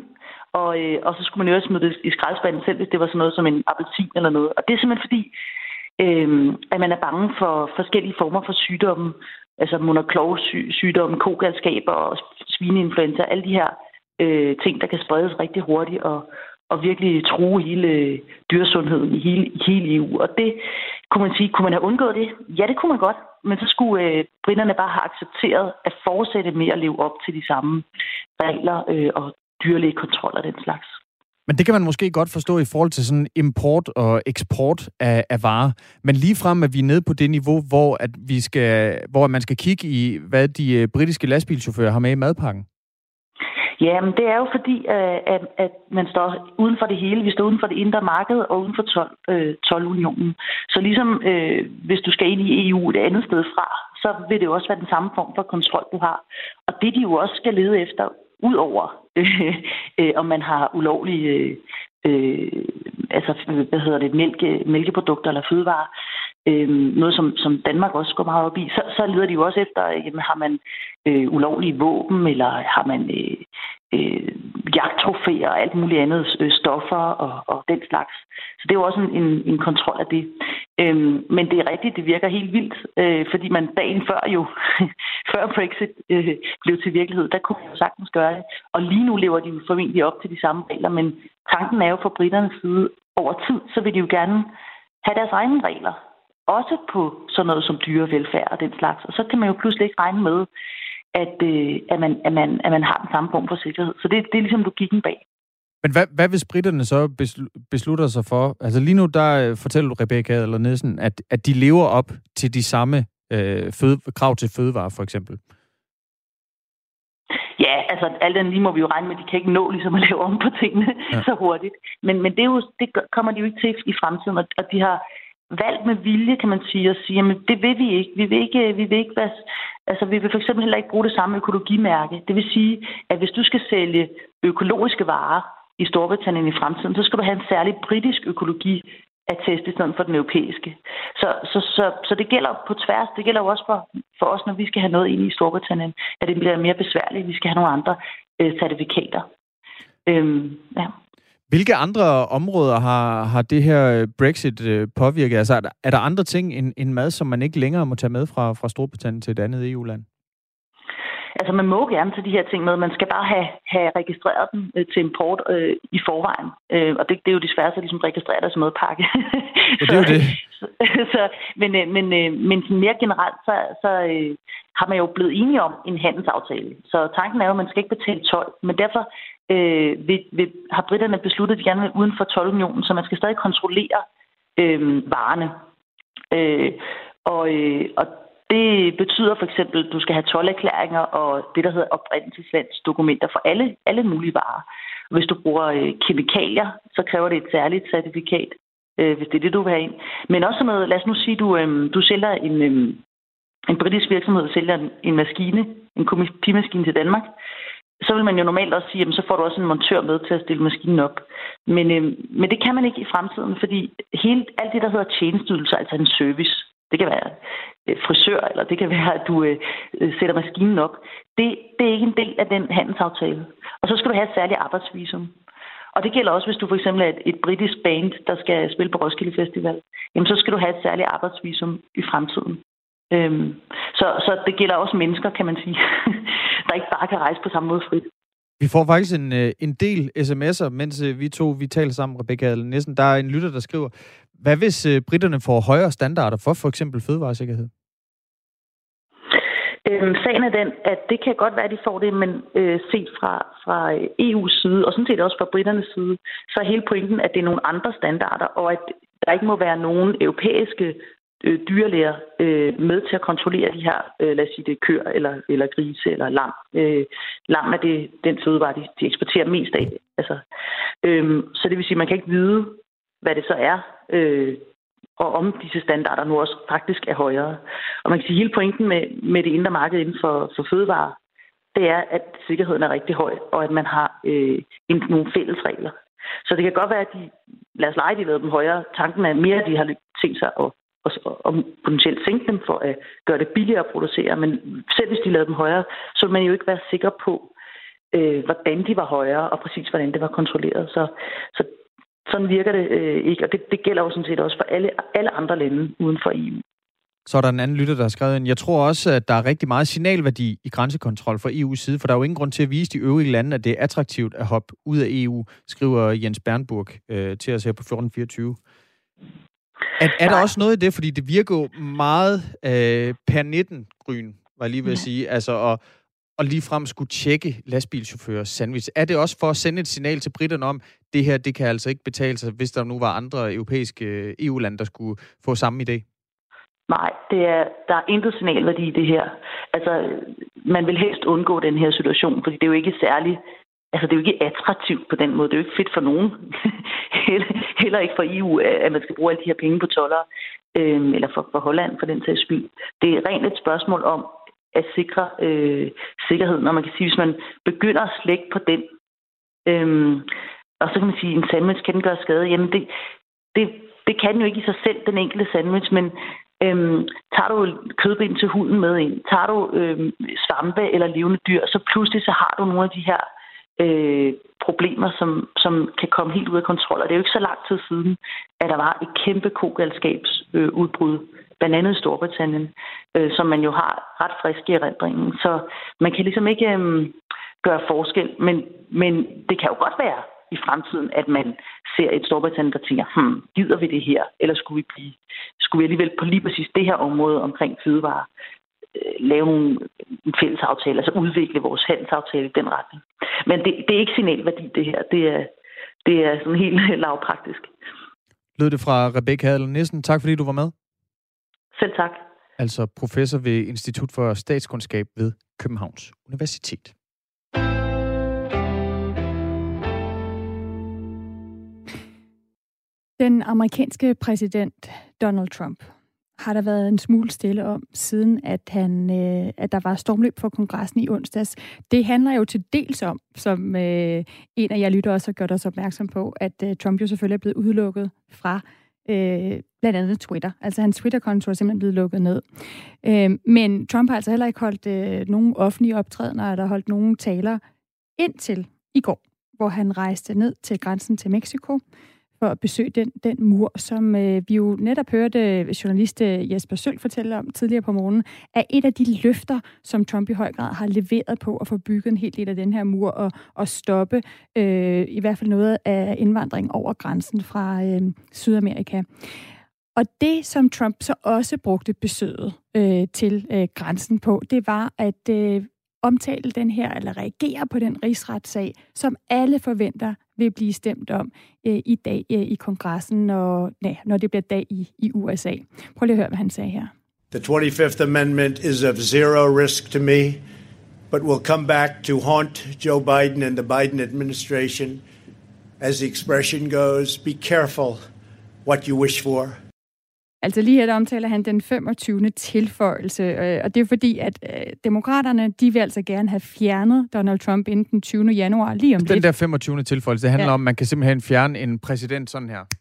Og så skulle man jo smide det i skraldespanden selv, hvis det var sådan noget som en appelsin eller noget. Og det er simpelthen fordi, at man er bange for forskellige former for sygdomme, altså monoklovsygdomme, kogalskaber og svineinfluenza, alle de her ting, der kan spredes rigtig hurtigt og virkelig true hele dyresundheden i hele EU. Og det kunne man sige, kunne man have undgået det? Ja, det kunne man godt, men så skulle briterne bare have accepteret at fortsætte med at leve op til de samme regler og dyrlægekontrol og den slags. Men det kan man måske godt forstå i forhold til sådan import og eksport af varer. Men ligefrem er vi nede på det niveau, hvor man skal kigge i, hvad de britiske lastbilchauffører har med i madpakken. Ja, men det er jo fordi, at man står uden for det hele. Vi står uden for det indre marked og uden for toldunionen. Så ligesom hvis du skal ind i EU et andet sted fra, så vil det jo også være den samme form for kontrol, du har. Og det de jo også skal lede efter, udover om man har ulovlige mælkeprodukter eller fødevarer, noget som Danmark også går meget op i, så leder de jo også efter, jamen, har man ulovlige våben, eller har man jagttrofæer og alt muligt andet, stoffer og den slags. Så det er jo også en kontrol af det. Men det er rigtigt, det virker helt vildt, fordi man dagen før jo, før Brexit blev til virkelighed, der kunne man jo sagtens gøre det. Og lige nu lever de jo formentlig op til de samme regler, men tanken er jo fra briternes side, over tid, så vil de jo gerne have deres egne regler. Også på sådan noget som dyrevelfærd og den slags. Og så kan man jo pludselig ikke regne med, at man har den samme form for sikkerhed. Så det er ligesom logikken bag. Men hvad hvis briterne så beslutter sig for? Altså lige nu, der fortæller du, Rebecca eller Nielsen, at de lever op til de samme krav til fødevarer, for eksempel. Ja, altså alt andet lige må vi jo regne med, at de kan ikke nå ligesom at lave om på tingene så hurtigt. Men det kommer de jo ikke til i fremtiden, og de har valgt med vilje, kan man sige, at sige, jamen det vil vi ikke. Vi vil ikke være, altså vi vil for eksempel heller ikke bruge det samme økologimærke. Det vil sige, at hvis du skal sælge økologiske varer i Storbritannien i fremtiden, så skal du have en særlig britisk økologiattest i stedet for den europæiske. Så det gælder på tværs. Det gælder jo også for os, når vi skal have noget ind i Storbritannien, at det bliver mere besværligt. Vi skal have nogle andre certifikater. Ja. Hvilke andre områder har det her Brexit påvirket? Altså, er der andre ting end mad, som man ikke længere må tage med fra Storbritannien til et andet EU-land? Altså, man må gerne tage de her ting med. Man skal bare have registreret dem til import i forvejen. Og det er jo desværre så ligesom registreret deres madpakke. Ja, det er jo det. Men mere generelt, så har man jo blevet enige om en handelsaftale. Så tanken er jo, at man skal ikke betale told. Men derfor har briterne besluttet, at de gerne vil uden for toldunionen, så man skal stadig kontrollere varerne. Og det betyder for eksempel, at du skal have tolderklæringer og det, der hedder oprindelseslandsdokumenter for alle mulige varer. Hvis du bruger kemikalier, så kræver det et særligt certifikat, hvis det er det, du vil have ind. Men også noget, lad os nu sige, du sælger en britisk virksomhed, sælger en maskine, en kopimaskine til Danmark. Så vil man jo normalt også sige, jamen, så får du også en montør med til at stille maskinen op. Men det kan man ikke i fremtiden, fordi alt det, der hedder tjenesteydelser, altså en service, det kan være frisør, eller det kan være, at du sætter maskinen op. Det er ikke en del af den handelsaftale. Og så skal du have et særligt arbejdsvisum. Og det gælder også, hvis du for eksempel er et britisk band, der skal spille på Roskilde Festival. Jamen, så skal du have et særligt arbejdsvisum i fremtiden. Så det gælder også mennesker, kan man sige, der ikke bare kan rejse på samme måde frit. Vi får faktisk en del sms'er, mens vi taler sammen, Rebecca eller Nielsen. Der er en lytter, der skriver, hvad hvis briterne får højere standarder for eksempel fødevaresikkerhed? Sagen er den, at det kan godt være, at de får det, men set fra EU's side, og sådan set også fra britternes side, så er hele pointen, at det er nogle andre standarder, og at der ikke må være nogen europæiske dyrlæger med til at kontrollere de her, lad os sige, det er køer eller grise eller lam. Lam er den fødevare, de eksporterer mest af. Altså, så det vil sige, at man kan ikke vide, hvad det så er, og om disse standarder nu også faktisk er højere. Og man kan sige, at hele pointen med det indre marked inden for fødevarer, det er, at sikkerheden er rigtig høj, og at man har nogle fælles regler. Så det kan godt være, at lad os lege, de lavede dem højere. Tanken er mere, at de har tænkt sig og potentielt sænke dem for at gøre det billigere at producere. Men selv hvis de lavede dem højere, så vil man jo ikke være sikker på, hvordan de var højere, og præcis hvordan det var kontrolleret. Så sådan virker det ikke, og det gælder jo sådan set også for alle andre lande uden for EU. Så er der en anden lytter, der har skrevet ind. Jeg tror også, at der er rigtig meget signalværdi i grænsekontrol fra EU's side, for der er jo ingen grund til at vise de øvrige lande, at det er attraktivt at hoppe ud af EU, skriver Jens Bernburg til os her på 1424. Er der også noget i det, fordi det virker jo meget per 19-gryn, var jeg lige ved at sige, altså og ligefrem skulle tjekke lastbilchaufførers sandwich. Er det også for at sende et signal til briterne om, det her, det kan altså ikke betale sig, hvis der nu var andre europæiske EU-lande, der skulle få samme idé? Nej, der er intet signalværdi i det her. Altså, man vil helst undgå den her situation, fordi det er jo ikke særlig, altså det er jo ikke attraktivt på den måde. Det er jo ikke fedt for nogen. Heller ikke for EU, at man skal bruge alle de her penge på toldere, eller for Holland for den sags skyld. Det er rent et spørgsmål om at sikre sikkerheden, og man kan sige, hvis man begynder at slække på den, og så kan man sige, en sandwich kan den gøre skade. Jamen det kan den jo ikke i sig selv, den enkelte sandwich, men tager du kødben til hunden med ind, tager du svampe eller levende dyr, så pludselig så har du nogle af de her problemer, som kan komme helt ud af kontrol. Og det er jo ikke så lang tid siden, at der var et kæmpe kogalskabsudbrud, blandt andet i Storbritannien, som man jo har ret frisk i erindringen. Så man kan ligesom ikke gøre forskel, men det kan jo godt være i fremtiden, at man ser et Storbritannien, der tænker, gider vi det her? Eller skulle vi alligevel på lige præcis det her område omkring fødevarer lave en fælles aftale, altså udvikle vores handelsaftale i den retning. Men det er ikke signalværdi, det her. Det er sådan helt lavpraktisk. Lød det fra Rebecca Adler Nissen. Tak fordi du var med. Selv tak. Altså professor ved Institut for Statskundskab ved Københavns Universitet. Den amerikanske præsident Donald Trump har der været en smule stille om, siden at der var stormløb for kongressen i onsdags. Det handler jo til dels om, som en af jer lytter også har gjort os opmærksom på, at Trump jo selvfølgelig er blevet udelukket fra blandt andet Twitter. Altså hans Twitter-konto er simpelthen blevet lukket ned. Men Trump har altså heller ikke holdt nogen offentlige optrædener, der holdt nogen taler indtil i går, hvor han rejste ned til grænsen til Mexico for at besøge den mur, som vi jo netop hørte journalist Jesper Sølk fortælle om tidligere på morgenen, er et af de løfter, som Trump i høj grad har leveret på at få bygget en hel del af den her mur og stoppe i hvert fald noget af indvandring over grænsen fra Sydamerika. Og det, som Trump så også brugte besøget til grænsen på, det var at omtale den her, eller reagere på den rigsretssag, som alle forventer vil blive stemt om i dag i kongressen, når det bliver dag i USA. Prøv lige at høre, hvad han sagde her. The 25th Amendment is of zero risk to me, but will come back to haunt Joe Biden and the Biden administration. As the expression goes, be careful what you wish for. Altså lige her, der omtaler han den 25. tilføjelse, og det er fordi, at demokraterne, de vil altså gerne have fjernet Donald Trump inden den 20. januar, lige om lidt. Den der 25. tilføjelse, det handler om, at man kan simpelthen fjerne en præsident sådan her.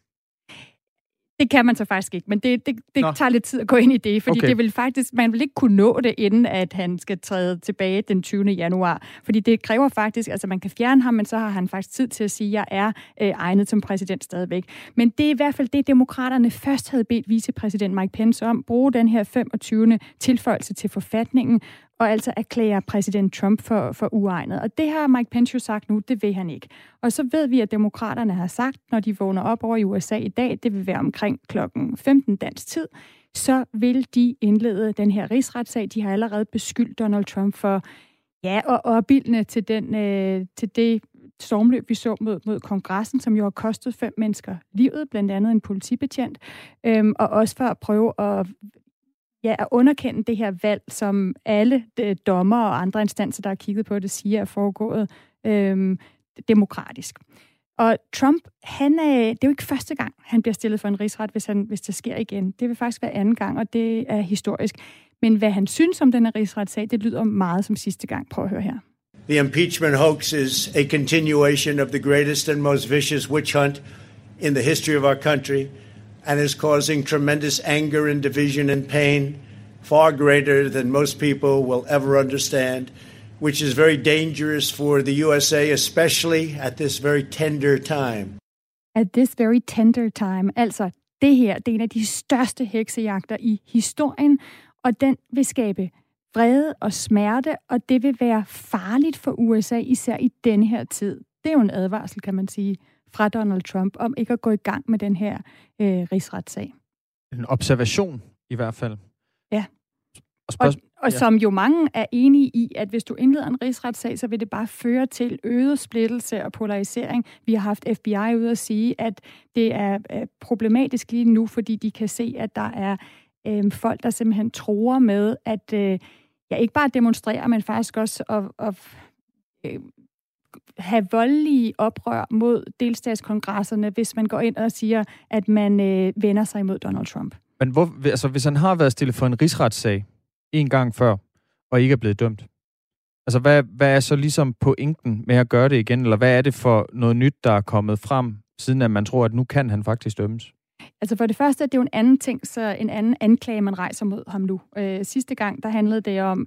Det kan man så faktisk ikke, men det tager lidt tid at gå ind i det, fordi det vil faktisk, man vil ikke kunne nå det, inden at han skal træde tilbage den 20. januar. Fordi det kræver faktisk, altså man kan fjerne ham, men så har han faktisk tid til at sige, at jeg er egnet som præsident stadigvæk. Men det er i hvert fald det, demokraterne først havde bedt vicepræsident Mike Pence om, bruge den her 25. tilføjelse til forfatningen, og altså erklære præsident Trump for uegnet. Og det har Mike Pence jo sagt nu, det vil han ikke. Og så ved vi, at demokraterne har sagt, når de vågner op over i USA i dag, det vil være omkring klokken 15 dansk tid, så vil de indlede den her rigsretssag. De har allerede beskyldt Donald Trump for, og opildne til det stormløb, vi så mod kongressen, som jo har kostet 5 mennesker livet, blandt andet en politibetjent, og også for at prøve at underkende det her valg, som alle dommer og andre instanser, der har kigget på det, siger er foregået demokratisk. Og Trump, det er jo ikke første gang, han bliver stillet for en rigsret, hvis det sker igen. Det vil faktisk være anden gang, og det er historisk. Men hvad han synes om den her rigsretssag, det lyder meget som sidste gang. Prøv at høre her. The impeachment hoax is a continuation of the greatest and most vicious witch hunt in the history of our country, and is causing tremendous anger and division and pain, far greater than most people will ever understand. which is very dangerous for the USA, especially at this very tender time. At this very tender time. Altså, det her, det er en af de største heksejagter i historien, og den vil skabe vrede og smerte, og det vil være farligt for USA, især i denne her tid. Det er jo en advarsel, kan man sige, fra Donald Trump, om ikke at gå i gang med den her rigsretssag. En observation, i hvert fald. Ja. Og som jo mange er enige i, at hvis du indleder en rigsretssag, så vil det bare føre til øget splittelse og polarisering. Vi har haft FBI ude at sige, at det er problematisk lige nu, fordi de kan se, at der er folk, der simpelthen truer med at ikke bare demonstrere, men faktisk også at have voldelige oprør mod delstatskongresserne, hvis man går ind og siger, at man vender sig imod Donald Trump. Men hvis han har været stillet for en rigsretssag en gang før, og ikke er blevet dømt, altså hvad er så ligesom pointen med at gøre det igen, eller hvad er det for noget nyt, der er kommet frem, siden at man tror, at nu kan han faktisk dømmes? Altså for det første, det er jo en anden ting, så en anden anklage, man rejser mod ham nu. Sidste gang, der handlede det om,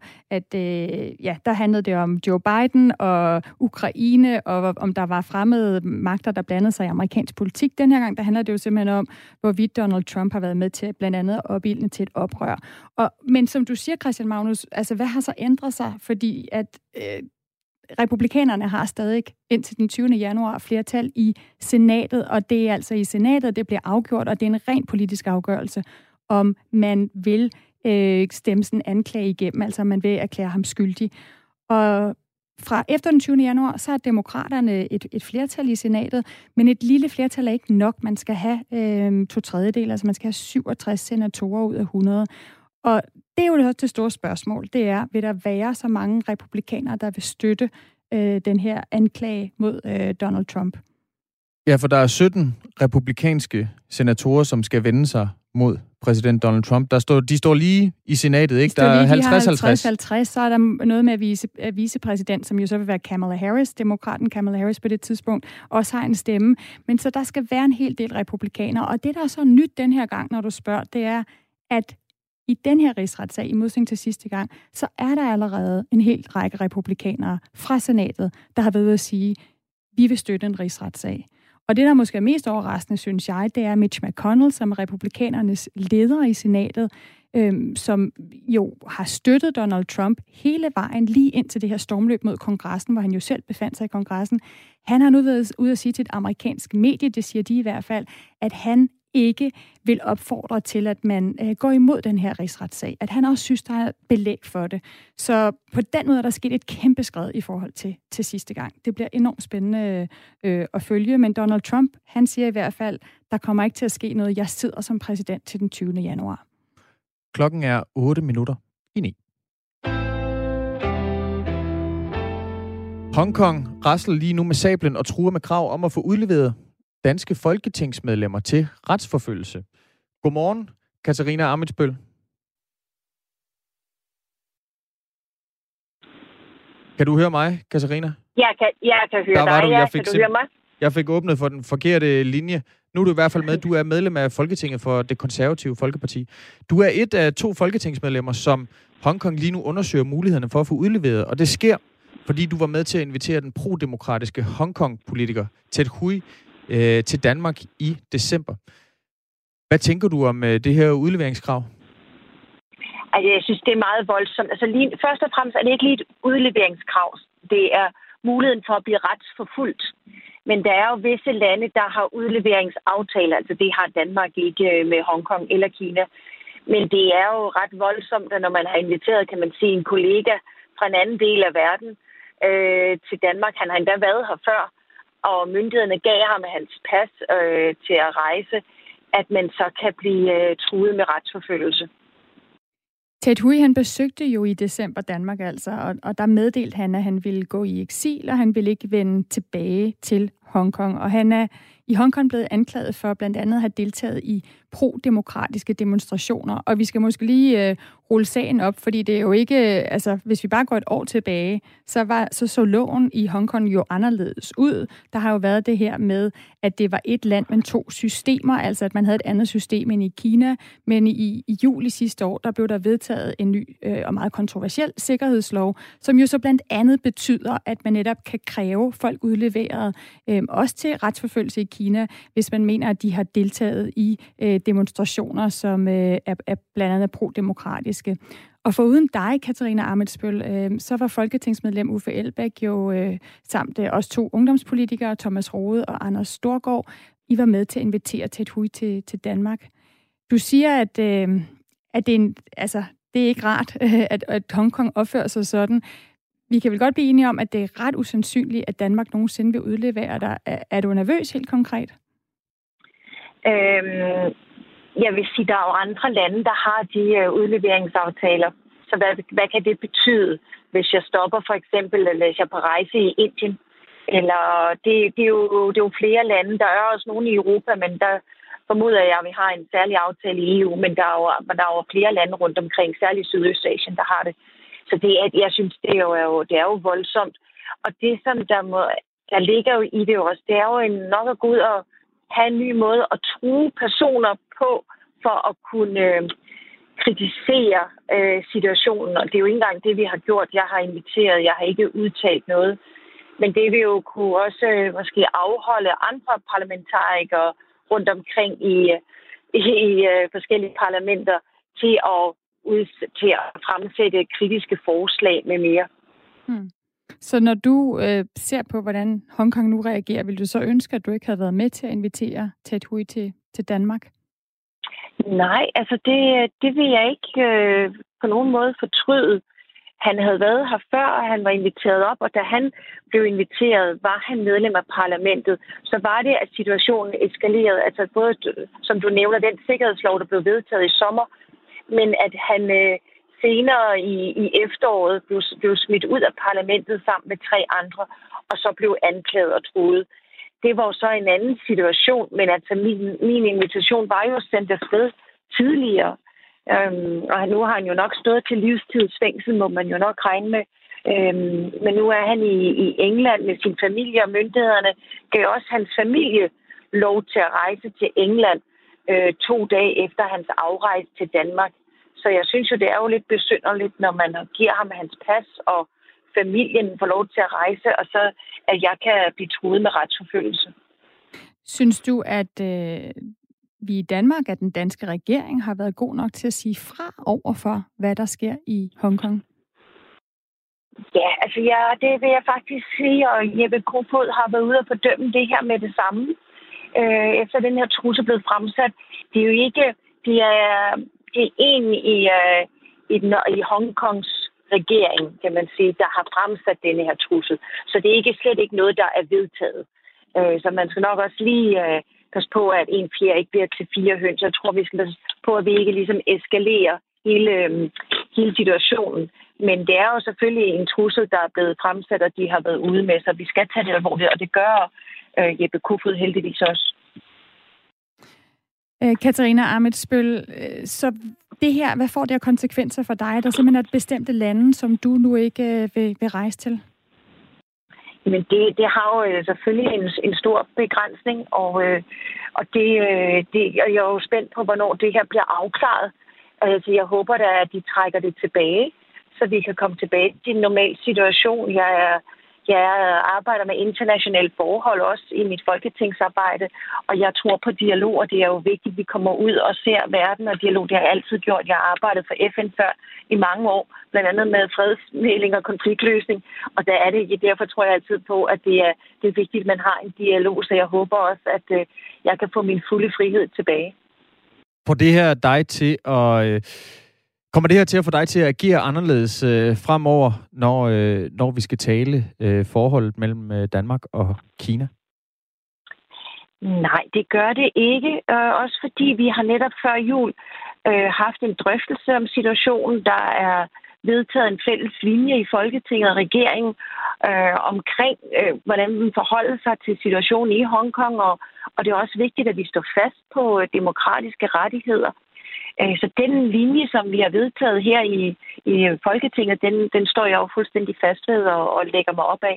der handlede det om Joe Biden og Ukraine, og om der var fremmede magter, der blandede sig i amerikansk politik. Den her gang, der handler det jo simpelthen om, hvorvidt Donald Trump har været med til blandt andet at opildne til et oprør. Men som du siger, Christian Magnus, altså hvad har så ændret sig? Fordi at republikanerne har stadig indtil den 20. januar flertal i senatet, og det er altså i senatet, det bliver afgjort, og det er en ren politisk afgørelse, om man vil stemme sådan en anklage igennem, altså man vil erklære ham skyldig. Og fra efter den 20. januar, så er demokraterne et flertal i senatet, men et lille flertal er ikke nok. Man skal have 2/3, altså man skal have 67 senatorer ud af 100. Og det er jo også det store spørgsmål. Det er, vil der være så mange republikanere, der vil støtte den her anklage mod Donald Trump? Ja, for der er 17 republikanske senatorer, som skal vende sig mod præsident Donald Trump. De står lige i senatet, ikke? Der er 50-50. Så er der noget med at vicepræsident, som jo så vil være Kamala Harris, demokraten Kamala Harris på det tidspunkt, også har en stemme. Men så der skal være en hel del republikanere. Og det, der er så nyt den her gang, når du spørger, det er, at i den her rigsretssag, i modsætning til sidste gang, så er der allerede en hel række republikanere fra senatet, der har været ude at sige, vi vil støtte en rigsretssag. Og det, der måske er mest overraskende, synes jeg, det er Mitch McConnell, som er republikanernes leder i senatet, som jo har støttet Donald Trump hele vejen, lige ind til det her stormløb mod kongressen, hvor han jo selv befandt sig i kongressen. Han har nu været ude at sige til et amerikansk medie, det siger de i hvert fald, at han ikke vil opfordre til, at man går imod den her rigsretssag. At han også synes, der er belæg for det. Så på den måde er der sket et kæmpe skred i forhold til sidste gang. Det bliver enormt spændende at følge, men Donald Trump, han siger i hvert fald, der kommer ikke til at ske noget. Jeg sidder som præsident til den 20. januar. Klokken er 8:09. Hongkong rasler lige nu med sablen og truer med krav om at få udleveret danske folketingsmedlemmer til retsforfølgelse. Godmorgen, Katarina Amitsbøl. Kan du høre mig, Katarina? Jeg kan høre dig. Kan du høre mig? Jeg fik åbnet for den forkerte linje. Nu er du i hvert fald med. Du er medlem af Folketinget for Det Konservative Folkeparti. Du er et af 2 folketingsmedlemmer, som Hongkong lige nu undersøger mulighederne for at få udleveret, og det sker, fordi du var med til at invitere den pro-demokratiske Hongkong-politiker Ted Hui til Danmark i december. Hvad tænker du om det her udleveringskrav? Altså, jeg synes, det er meget voldsomt. Altså, først og fremmest er det ikke lige et udleveringskrav. Det er muligheden for at blive retsforfulgt. Men der er jo visse lande, der har udleveringsaftaler. Altså, det har Danmark ikke med Hongkong eller Kina. Men det er jo ret voldsomt, at når man har inviteret, kan man sige, en kollega fra en anden del af verden til Danmark. Han har endda været her før, og myndighederne gav ham hans pas til at rejse, at man så kan blive truet med retsforfølgelse. Ted Hui, han besøgte jo i december Danmark altså, og der meddelte han, at han ville gå i eksil, og han ville ikke vende tilbage til Hongkong. Og han er i Hongkong blevet anklaget for blandt andet at have deltaget i pro-demokratiske demonstrationer. Og vi skal måske lige rulle sagen op, fordi det er jo ikke, altså hvis vi bare går et år tilbage, så loven i Hongkong jo anderledes ud. Der har jo været det her med, at det var et land, men 2 systemer, altså at man havde et andet system end i Kina. Men i juli sidste år, der blev der vedtaget en ny og meget kontroversiel sikkerhedslov, som jo så blandt andet betyder, at man netop kan kræve folk udleveret, også til retsforfølgelse i Kina, hvis man mener, at de har deltaget i demonstrationer, som er blandt andet pro-demokratiske. Og foruden dig, Katarina Ammitzbøll, så var folketingsmedlem Uffe Elbæk jo samt os 2 ungdomspolitikere, Thomas Rode og Anders Storgård, I var med til at invitere Ted Hui til Danmark. Du siger, at det er ikke rart, at Hongkong opfører sig sådan. Vi kan vel godt blive enige om, at det er ret usandsynligt, at Danmark nogensinde vil udlevere dig. Er du nervøs helt konkret? Jeg vil sige, at der er jo andre lande, der har de udleveringsaftaler. Så hvad kan det betyde, hvis jeg stopper for eksempel, eller hvis jeg er på rejse i Indien? Eller det er jo flere lande. Der er også nogle i Europa, men der formoder jeg, at vi har en særlig aftale i EU. Men der er jo flere lande rundt omkring, særligt Sydøstasien, der har det. Så jeg synes, det er jo voldsomt. Og det, som der ligger jo i det også, det er jo nok at gå ud og have en ny måde at true personer på, for at kunne kritisere situationen. Og det er jo ikke engang det, vi har gjort. Jeg har inviteret, jeg har ikke udtalt noget. Men det vil jo kunne også måske afholde andre parlamentarikere rundt omkring i forskellige parlamenter til at fremsætte kritiske forslag med mere. Så når du ser på, hvordan Hongkong nu reagerer, vil du så ønske, at du ikke havde været med til at invitere Ted Hui til Danmark? Nej, altså det vil jeg ikke på nogen måde fortryde. Han havde været her før, og han var inviteret op, og da han blev inviteret, var han medlem af parlamentet. Så var det, at situationen eskalerede, altså både, som du nævner, den sikkerhedslov, der blev vedtaget i sommer, men at han senere i efteråret blev smidt ud af parlamentet sammen med 3 andre, og så blev anklaget og truet. Det var jo så en anden situation, men altså min invitation var jo sendt afsted tidligere. Og nu har han jo nok stået til livstidsfængsel, må man jo nok regne med. Men nu er han i England med sin familie, og myndighederne gav også hans familie lov til at rejse til England 2 dage efter hans afrejse til Danmark. Så jeg synes jo, det er jo lidt besynderligt, når man giver ham hans pas, og familien får lov til at rejse, og så at jeg kan blive truet med retsforfølgelse. Synes du, at vi i Danmark, at den danske regering har været god nok til at sige fra over for, hvad der sker i Hongkong? Ja, altså det vil jeg faktisk sige, og Jeppe Kofod har været ude og fordømme det her med det samme. Efter den her trussel blev fremsat, det er jo ikke, det er en i Hongkongs regering, kan man sige, der har fremsat denne her trussel. Så det er ikke slet ikke noget, der er vedtaget. Så man skal nok også lige passe på, at 1 fjer ikke bliver til 4 høns. Jeg tror, vi skal passe på, at vi ikke ligesom eskalerer hele situationen. Men det er jo selvfølgelig en trussel, der er blevet fremsat, og de har været ude med, så vi skal tage det alvorligt, og det gør Jeppe Kofod heldigvis også. Katarina Ammitzbøll, så det her, hvad får det af konsekvenser for dig? Der simpelthen er bestemte lande, som du nu ikke vil rejse til? Men det har jo selvfølgelig en stor begrænsning, og jeg er jo spændt på, hvornår det her bliver afklaret. Altså, jeg håber da, at de trækker det tilbage, så vi kan komme tilbage til en normal situation. Jeg arbejder med internationale forhold også i mit folketingsarbejde, og jeg tror på dialog, og det er jo vigtigt, at vi kommer ud og ser verden, og dialog, det har jeg altid gjort. Jeg har arbejdet for FN før i mange år, blandt andet med fredsmægling og konfliktløsning, og derfor tror jeg altid på, at det er vigtigt, at man har en dialog, så jeg håber også, at jeg kan få min fulde frihed tilbage. Får det her dig til at... Kommer det her til at få dig til at agere anderledes fremover, når vi skal tale forholdet mellem Danmark og Kina? Nej, det gør det ikke. Også fordi vi har netop før jul haft en drøftelse om situationen. Der er vedtaget en fælles linje i Folketinget og regeringen omkring, hvordan man forholder sig til situationen i Hongkong, og det er også vigtigt, at vi står fast på demokratiske rettigheder. Så den linje, som vi har vedtaget her i Folketinget, den står jeg jo fuldstændig fast ved og lægger mig op af.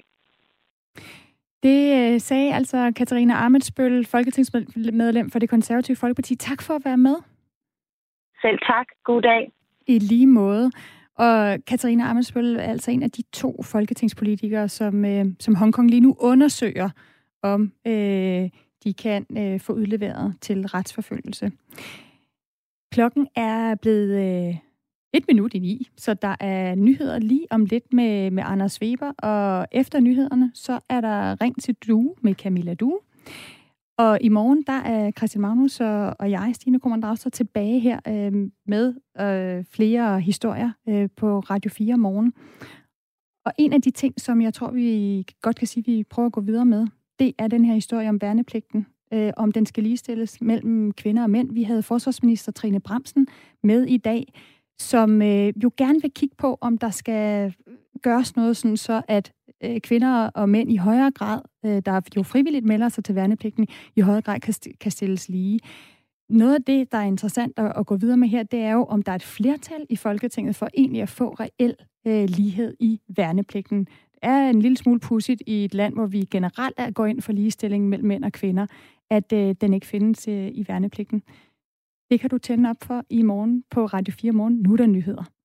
Det sagde altså Katarina Ammitzbøll, folketingsmedlem for Det Konservative Folkeparti. Tak for at være med. Selv tak. God dag. I lige måde. Og Katarina Ammitzbøll er altså en af de 2 folketingspolitikere, som Hongkong lige nu undersøger, om de kan få udleveret til retsforfølgelse. Klokken er blevet 8:01, så der er nyheder lige om lidt med Anders Weber, og efter nyhederne, så er der Ring til Due med Camilla Due. Og i morgen, der er Christian Magnus og jeg, Stine Krohmann Dragsted, tilbage her med flere historier på Radio 4 morgen. Og en af de ting, som jeg tror, vi godt kan sige, vi prøver at gå videre med, det er den her historie om værnepligten, om den skal ligestilles mellem kvinder og mænd. Vi havde forsvarsminister Trine Bramsen med i dag, som jo gerne vil kigge på, om der skal gøres noget sådan, så at kvinder og mænd i højere grad, der jo frivilligt melder sig til værnepligten, i højere grad kan stilles lige. Noget af det, der er interessant at gå videre med her, det er jo, om der er et flertal i Folketinget for egentlig at få reel lighed i værnepligten. Det er en lille smule pudsigt i et land, hvor vi generelt går ind for ligestilling mellem mænd og kvinder, at den ikke findes i værnepligten. Det kan du tænde op for i morgen på Radio 4 morgen. Nu er der nyheder.